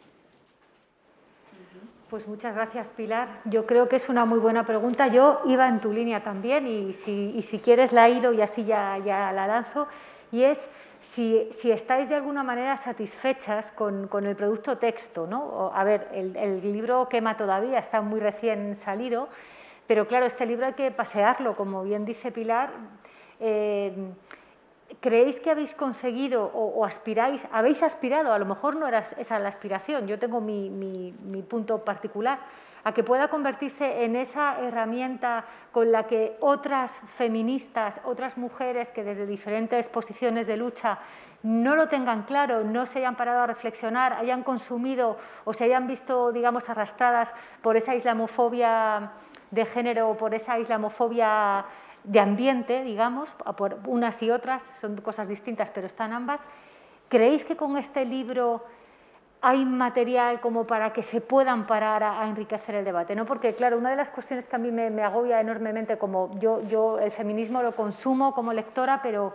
Pues muchas gracias, Pilar. Yo creo que es una muy buena pregunta. Yo iba en tu línea también y si, y si quieres la hilo y así ya, ya la lanzo. Y es si, si estáis de alguna manera satisfechas con, con el producto texto, ¿no? O, a ver, el, el libro quema todavía, está muy recién salido, pero claro, este libro hay que pasearlo, como bien dice Pilar. Eh, ¿Creéis que habéis conseguido o, o aspiráis, habéis aspirado, a lo mejor no era esa la aspiración, yo tengo mi, mi, mi punto particular, a que pueda convertirse en esa herramienta con la que otras feministas, otras mujeres que desde diferentes posiciones de lucha no lo tengan claro, no se hayan parado a reflexionar, hayan consumido o se hayan visto, digamos, arrastradas por esa islamofobia de género o por esa islamofobia de ambiente, digamos, por unas y otras, son cosas distintas, pero están ambas. ¿Creéis que con este libro hay material como para que se puedan parar a, a enriquecer el debate? ¿No? Porque, claro, una de las cuestiones que a mí me, me agobia enormemente, como yo, yo el feminismo lo consumo como lectora, pero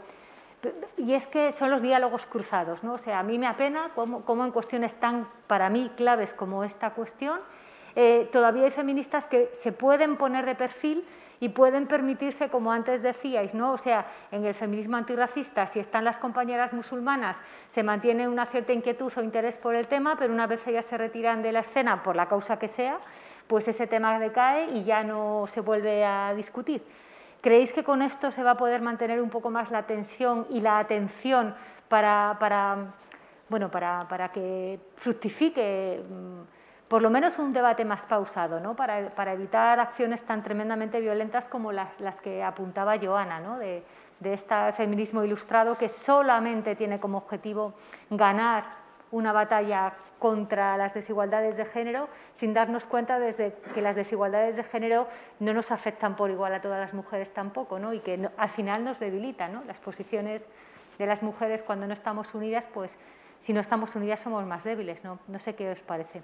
y es que son los diálogos cruzados, ¿no? O sea, a mí me apena cómo, cómo en cuestiones tan, para mí, claves como esta cuestión, eh, todavía hay feministas que se pueden poner de perfil y pueden permitirse, como antes decíais, ¿no? O sea, en el feminismo antirracista, si están las compañeras musulmanas, se mantiene una cierta inquietud o interés por el tema, pero una vez ellas se retiran de la escena, por la causa que sea, pues ese tema decae y ya no se vuelve a discutir. ¿Creéis que con esto se va a poder mantener un poco más la tensión y la atención para, para, bueno, para, para que fructifique por lo menos un debate más pausado, ¿no? para, para evitar acciones tan tremendamente violentas como las, las que apuntaba Joana, ¿no? de, de este feminismo ilustrado que solamente tiene como objetivo ganar una batalla contra las desigualdades de género, sin darnos cuenta desde que las desigualdades de género no nos afectan por igual a todas las mujeres tampoco, ¿no? Y que no, al final nos debilitan, ¿no? Las posiciones de las mujeres cuando no estamos unidas, pues si no estamos unidas somos más débiles, ¿no? No sé qué os parece.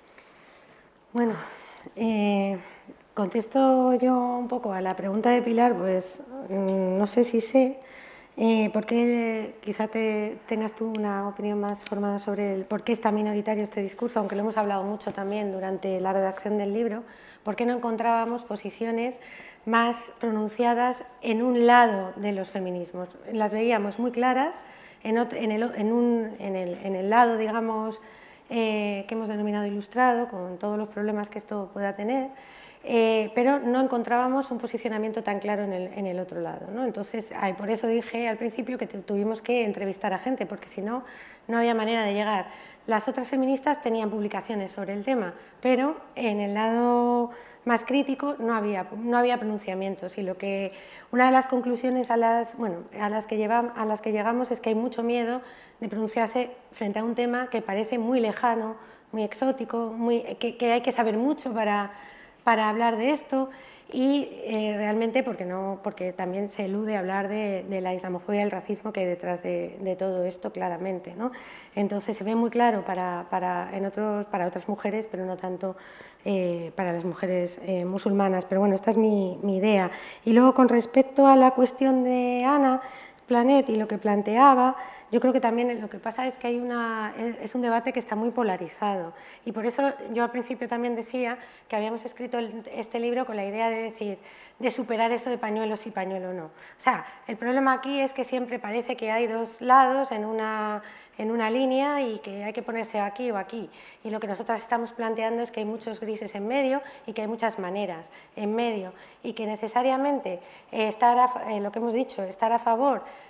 Bueno, eh, contesto yo un poco a la pregunta de Pilar, pues no sé si sé, eh, por qué quizá te, tengas tú una opinión más formada sobre el, por qué está minoritario este discurso, aunque lo hemos hablado mucho también durante la redacción del libro, por qué no encontrábamos posiciones más pronunciadas en un lado de los feminismos. Las veíamos muy claras en, otro, en, el, en, un, en, el, en el lado, digamos, Eh, que hemos denominado ilustrado, con todos los problemas que esto pueda tener, eh, pero no encontrábamos un posicionamiento tan claro en el, en el otro lado, ¿no? Entonces, ay, por eso dije al principio que tuvimos que entrevistar a gente, porque si no, no había manera de llegar. Las otras feministas tenían publicaciones sobre el tema, pero en el lado más crítico no había, no había pronunciamientos, y lo que, una de las conclusiones a las, bueno, a, las que llevamos, a las que llegamos es que hay mucho miedo de pronunciarse frente a un tema que parece muy lejano, muy exótico, muy, que, que hay que saber mucho para, para hablar de esto, y eh, realmente porque, no, porque también se elude hablar de, de la islamofobia y el racismo que hay detrás de, de todo esto claramente, ¿no? Entonces se ve muy claro para, para, en otros, para otras mujeres, pero no tanto eh, para las mujeres eh, musulmanas. Pero bueno, esta es mi, mi idea. Y luego, con respecto a la cuestión de Ana Planet y lo que planteaba, yo creo que también lo que pasa es que hay una, es un debate que está muy polarizado, y por eso yo al principio también decía que habíamos escrito este libro con la idea de decir, de superar eso de pañuelos y pañuelo no. O sea, el problema aquí es que siempre parece que hay dos lados en una, en una línea y que hay que ponerse aquí o aquí, y lo que nosotras estamos planteando es que hay muchos grises en medio y que hay muchas maneras en medio, y que necesariamente eh, estar a, eh, lo que hemos dicho, estar a favor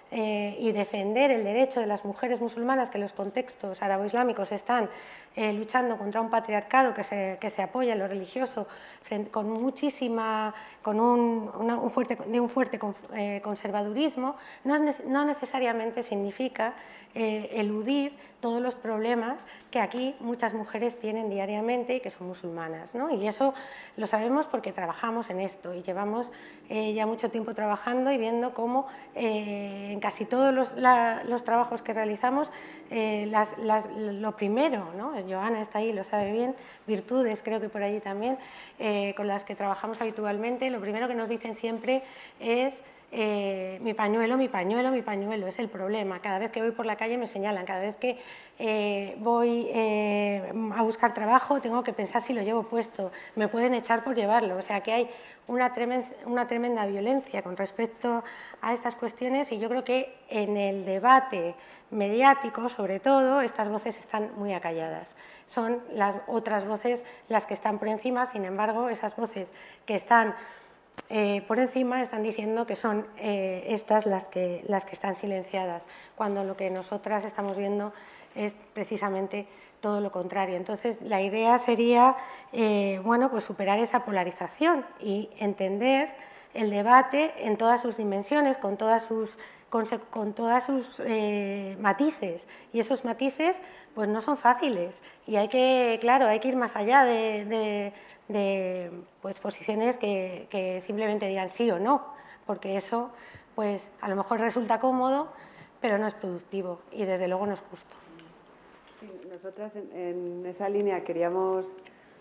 eh, y defender el derecho de las mujeres musulmanas que en los contextos árabo-islámicos están eh, luchando contra un patriarcado que se, que se apoya en lo religioso frente, con muchísima, con un, una, un fuerte, de un fuerte eh, conservadurismo, no, no necesariamente significa eh, eludir todos los problemas que aquí muchas mujeres tienen diariamente y que son musulmanas, ¿no? Y eso lo sabemos porque trabajamos en esto y llevamos eh, ya mucho tiempo trabajando y viendo cómo eh, en casi todos los, la, los trabajos que realizamos eh, las, las, lo primero, ¿no? Joana está ahí, lo sabe bien, Virtudes creo que por allí también, eh, con las que trabajamos habitualmente, lo primero que nos dicen siempre es Eh, mi pañuelo, mi pañuelo, mi pañuelo, es el problema. Cada vez que voy por la calle me señalan, cada vez que eh, voy eh, a buscar trabajo tengo que pensar si lo llevo puesto, me pueden echar por llevarlo. O sea que hay una tremenda, una tremenda violencia con respecto a estas cuestiones y yo creo que en el debate mediático, sobre todo, estas voces están muy acalladas. Son las otras voces las que están por encima, sin embargo, esas voces que están Eh, por encima están diciendo que son eh, estas las que, las que están silenciadas, cuando lo que nosotras estamos viendo es precisamente todo lo contrario. Entonces, la idea sería eh, bueno, pues superar esa polarización y entender el debate en todas sus dimensiones, con todas sus, con, con todas sus eh, matices. Y esos matices pues, no son fáciles y hay que, claro, hay que ir más allá de... de de pues, posiciones que, que simplemente digan sí o no, porque eso pues, a lo mejor resulta cómodo, pero no es productivo y desde luego no es justo. Sí, nosotras en, en esa línea queríamos,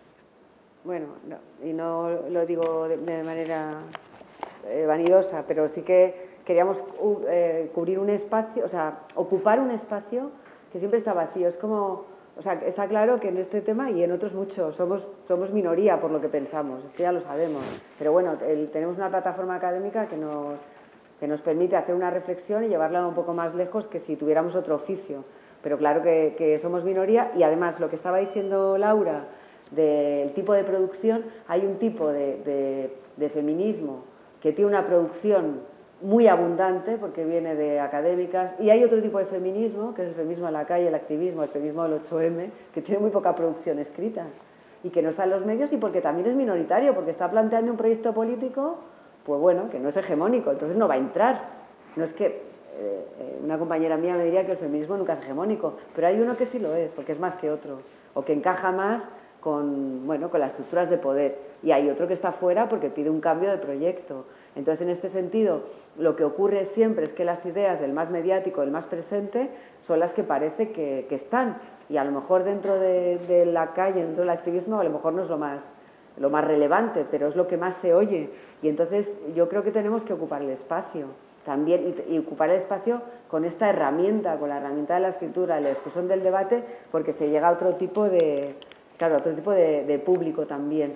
bueno, no, y no lo digo de, de manera eh, vanidosa, pero sí que queríamos uh, eh, cubrir un espacio, o sea, ocupar un espacio que siempre está vacío. Es como... O sea, está claro que en este tema y en otros muchos somos, somos minoría por lo que pensamos, esto ya lo sabemos. Pero bueno, el, tenemos una plataforma académica que nos, que nos permite hacer una reflexión y llevarla un poco más lejos que si tuviéramos otro oficio. Pero claro que, que somos minoría y además lo que estaba diciendo Laura del tipo de producción, hay un tipo de, de, de feminismo que tiene una producción muy abundante porque viene de académicas y hay otro tipo de feminismo que es el feminismo a la calle, el activismo, el feminismo del ocho eme que tiene muy poca producción escrita y que no está en los medios y porque también es minoritario, porque está planteando un proyecto político pues bueno, que no es hegemónico, entonces no va a entrar. No es que eh, una compañera mía me diría que el feminismo nunca es hegemónico, pero hay uno que sí lo es, porque es más que otro o que encaja más con, bueno, con las estructuras de poder y hay otro que está fuera porque pide un cambio de proyecto. Entonces, en este sentido, lo que ocurre siempre es que las ideas del más mediático, del más presente, son las que parece que, que están. Y a lo mejor dentro de, de la calle, dentro del activismo, a lo mejor no es lo más, lo más relevante, pero es lo que más se oye. Y entonces yo creo que tenemos que ocupar el espacio también y, y ocupar el espacio con esta herramienta, con la herramienta de la escritura, la discusión del debate, porque se llega a otro tipo de, claro, a otro tipo de, de público también.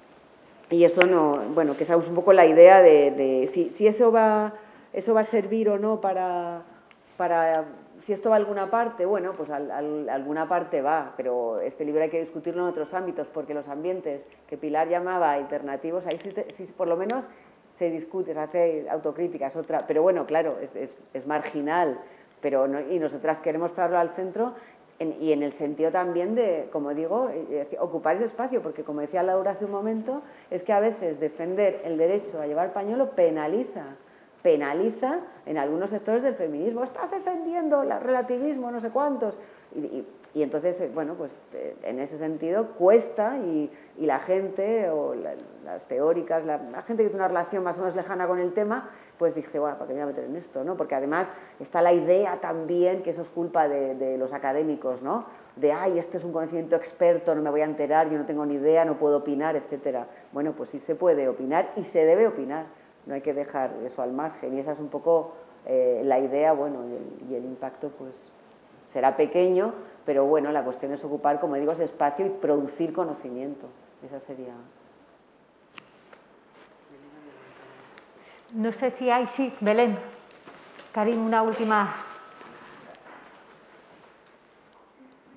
Y eso no, bueno, que esa es un poco la idea de, de si, si eso, va, eso va a servir o no para, para, si esto va a alguna parte, bueno, pues a, a, a alguna parte va, pero este libro hay que discutirlo en otros ámbitos, porque los ambientes que Pilar llamaba alternativos, ahí sí, te, sí por lo menos se discute, se hace autocrítica, es otra, pero bueno, claro, es, es, es marginal, pero no, y nosotras queremos traerlo al centro. En, y en el sentido también de, como digo, ocupar ese espacio, porque como decía Laura hace un momento, es que a veces defender el derecho a llevar pañuelo penaliza, penaliza en algunos sectores del feminismo. Estás defendiendo el relativismo, no sé cuántos. Y, y, y entonces, bueno, pues en ese sentido cuesta y, y la gente, o la, las teóricas, la, la gente que tiene una relación más o menos lejana con el tema, pues dice, bueno, ¿para qué me voy a meter en esto? ¿No? Porque además está la idea también, que eso es culpa de, de los académicos, ¿no? De, ay, este es un conocimiento experto, no me voy a enterar, yo no tengo ni idea, no puedo opinar, etcétera. Bueno, pues sí se puede opinar y se debe opinar, no hay que dejar eso al margen. Y esa es un poco eh, la idea, bueno, y el, y el impacto pues será pequeño, pero bueno, la cuestión es ocupar, como digo, ese espacio y producir conocimiento. Esa sería... No sé si hay, sí, Belén. Karim, una última.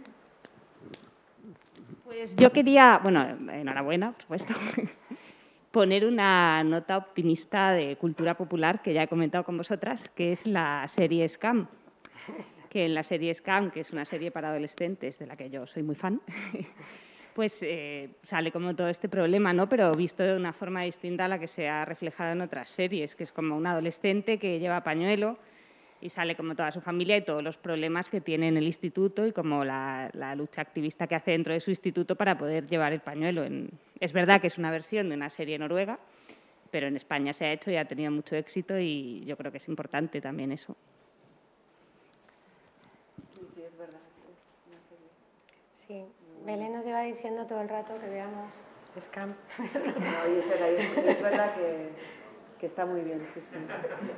Pues yo quería, bueno, enhorabuena, por supuesto, poner una nota optimista de cultura popular que ya he comentado con vosotras, que es la serie Scam. Que en la serie Scam, que es una serie para adolescentes de la que yo soy muy fan, pues eh, sale como todo este problema, ¿no? Pero visto de una forma distinta a la que se ha reflejado en otras series, que es como un adolescente que lleva pañuelo y sale como toda su familia y todos los problemas que tiene en el instituto y como la, la lucha activista que hace dentro de su instituto para poder llevar el pañuelo. En... Es verdad que es una versión de una serie noruega, pero en España se ha hecho y ha tenido mucho éxito y yo creo que es importante también eso. Sí, sí, es verdad. Es una serie. Sí, Belén nos lleva diciendo todo el rato que veamos Scam. No, y es verdad, y es verdad que, que está muy bien, sí, sí.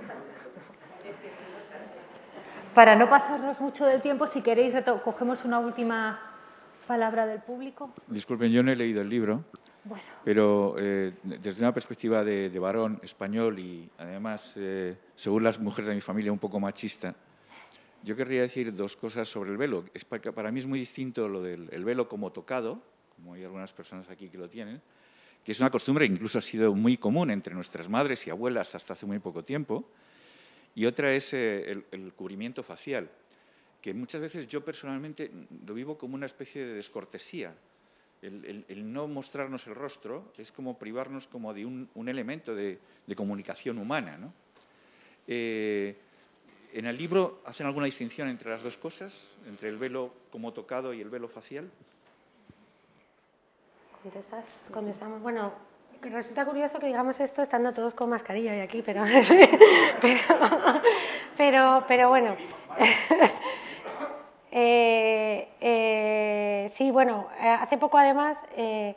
Para no pasarnos mucho del tiempo, si queréis, cogemos una última palabra del público. Disculpen, yo no he leído el libro, bueno. pero eh, desde una perspectiva de, de varón español y además, eh, según las mujeres de mi familia, un poco machista, yo querría decir dos cosas sobre el velo. Es para, para mí es muy distinto lo del el velo como tocado, como hay algunas personas aquí que lo tienen, que es una costumbre que incluso ha sido muy común entre nuestras madres y abuelas hasta hace muy poco tiempo. Y otra es eh, el, el cubrimiento facial, que muchas veces yo personalmente lo vivo como una especie de descortesía. El, el, el no mostrarnos el rostro es como privarnos como de un, un elemento de, de comunicación humana, ¿no? Eh, ¿En el libro hacen alguna distinción entre las dos cosas, entre el velo como tocado y el velo facial? ¿Contestas? Contestamos. Bueno, resulta curioso que digamos esto estando todos con mascarilla hoy aquí, pero, pero, pero, pero bueno. eh, eh, sí, bueno, hace poco además, eh,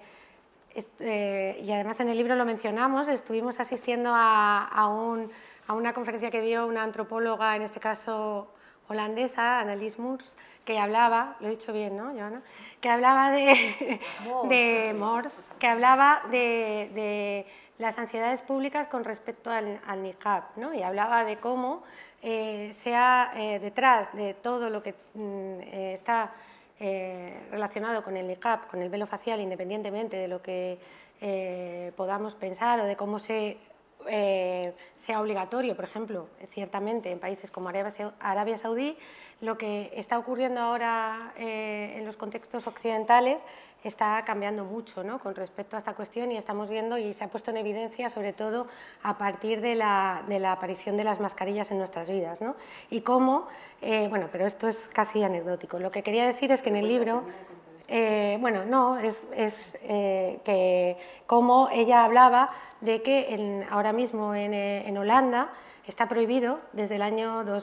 eh, y además en el libro lo mencionamos, estuvimos asistiendo a, a, un, a una conferencia que dio una antropóloga, en este caso holandesa, Annelies Moors, que hablaba, lo he dicho bien, ¿no, Joana? Que hablaba de, de Moors, que hablaba de, de las ansiedades públicas con respecto al, al niqab, ¿no? Y hablaba de cómo eh, sea eh, detrás de todo lo que mm, eh, está eh, relacionado con el niqab, con el velo facial, independientemente de lo que eh, podamos pensar o de cómo se Eh, sea obligatorio, por ejemplo, ciertamente en países como Arabia Saudí, lo que está ocurriendo ahora eh, en los contextos occidentales está cambiando mucho, ¿no?, con respecto a esta cuestión, y estamos viendo, y se ha puesto en evidencia sobre todo a partir de la, de la aparición de las mascarillas en nuestras vidas, ¿no? Y cómo, eh, bueno, pero esto es casi anecdótico. Lo que quería decir es que en el libro... Eh, bueno, no, es, es eh, que como ella hablaba de que en, ahora mismo en, en Holanda está prohibido desde el año dos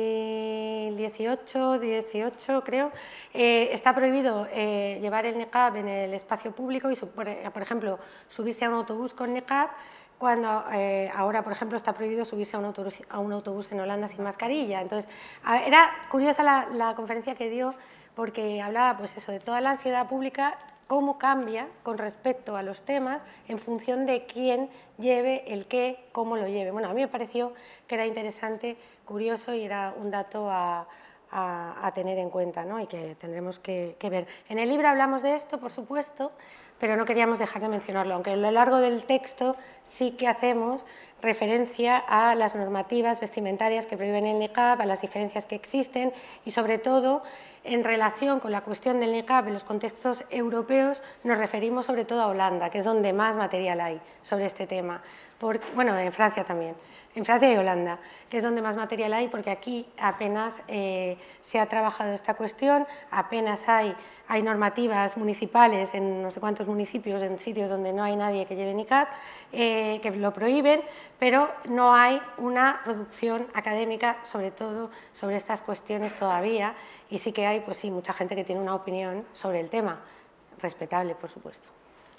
mil dieciocho, dieciocho creo, eh, está prohibido eh, llevar el niqab en el espacio público y, por, por ejemplo, subirse a un autobús con niqab, cuando eh, ahora, por ejemplo, está prohibido subirse a un, autobús, a un autobús en Holanda sin mascarilla. Entonces, a, era curiosa la, la conferencia que dio, porque hablaba pues eso, de toda la ansiedad pública, cómo cambia con respecto a los temas en función de quién lleve el qué, cómo lo lleve. Bueno, a mí me pareció que era interesante, curioso y era un dato a, a, a tener en cuenta, ¿no?, y que tendremos que, que ver. En el libro hablamos de esto, por supuesto, pero no queríamos dejar de mencionarlo, aunque a lo largo del texto sí que hacemos referencia a las normativas vestimentarias que prohíben el niqab, a las diferencias que existen y, sobre todo, en relación con la cuestión del niqab en los contextos europeos, nos referimos sobre todo a Holanda, que es donde más material hay sobre este tema. Por, bueno, en Francia también, en Francia y Holanda, que es donde más material hay, porque aquí apenas eh, se ha trabajado esta cuestión, apenas hay, hay normativas municipales en no sé cuántos municipios, en sitios donde no hay nadie que lleve niqab, eh, que lo prohíben, pero no hay una producción académica, sobre todo sobre estas cuestiones todavía, y sí que hay, pues sí, mucha gente que tiene una opinión sobre el tema, respetable, por supuesto.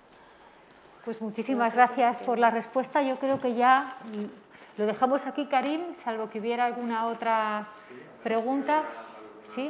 Pues muchísimas gracias por la respuesta. Yo creo que ya lo dejamos aquí, Karim, salvo que hubiera alguna otra pregunta. ¿Sí?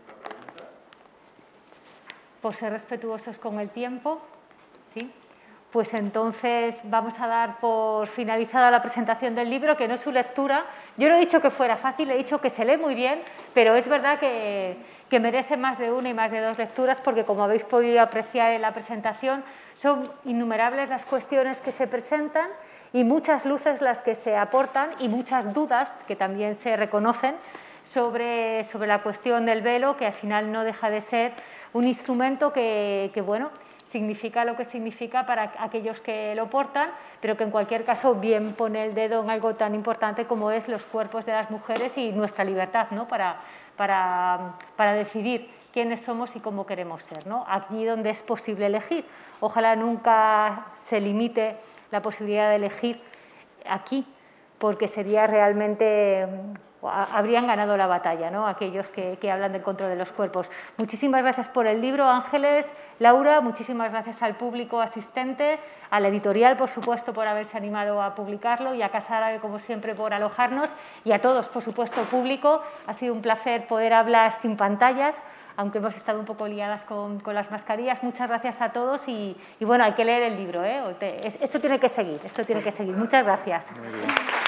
Por ser respetuosos con el tiempo. ¿Sí? pues entonces vamos a dar por finalizada la presentación del libro, que no es su lectura. Yo no he dicho que fuera fácil, he dicho que se lee muy bien, pero es verdad que, que merece más de una y más de dos lecturas, porque como habéis podido apreciar en la presentación, son innumerables las cuestiones que se presentan y muchas luces las que se aportan y muchas dudas que también se reconocen sobre, sobre la cuestión del velo, que al final no deja de ser un instrumento que, que bueno, significa lo que significa para aquellos que lo portan, pero que en cualquier caso bien pone el dedo en algo tan importante como es los cuerpos de las mujeres y nuestra libertad, ¿no? para, para, para decidir quiénes somos y cómo queremos ser, ¿no? Aquí donde es posible elegir. Ojalá nunca se limite la posibilidad de elegir aquí, porque sería realmente... habrían ganado la batalla, ¿no? Aquellos que, que hablan del control de los cuerpos. Muchísimas gracias por el libro, Ángeles, Laura, muchísimas gracias al público asistente, a la editorial, por supuesto, por haberse animado a publicarlo, y a Casa Árabe, como siempre, por alojarnos, y a todos, por supuesto, público. Ha sido un placer poder hablar sin pantallas, aunque hemos estado un poco liadas con, con las mascarillas. Muchas gracias a todos y, y bueno, hay que leer el libro, ¿eh? Esto tiene que seguir, esto tiene que seguir. Muchas gracias. Muy bien.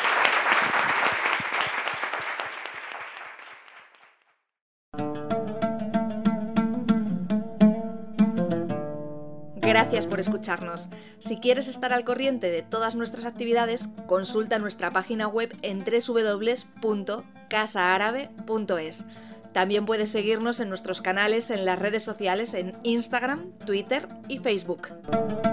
Gracias por escucharnos. Si quieres estar al corriente de todas nuestras actividades, consulta nuestra página web en doble u doble u doble u punto casa árabe punto es. También puedes seguirnos en nuestros canales en las redes sociales en Instagram, Twitter y Facebook.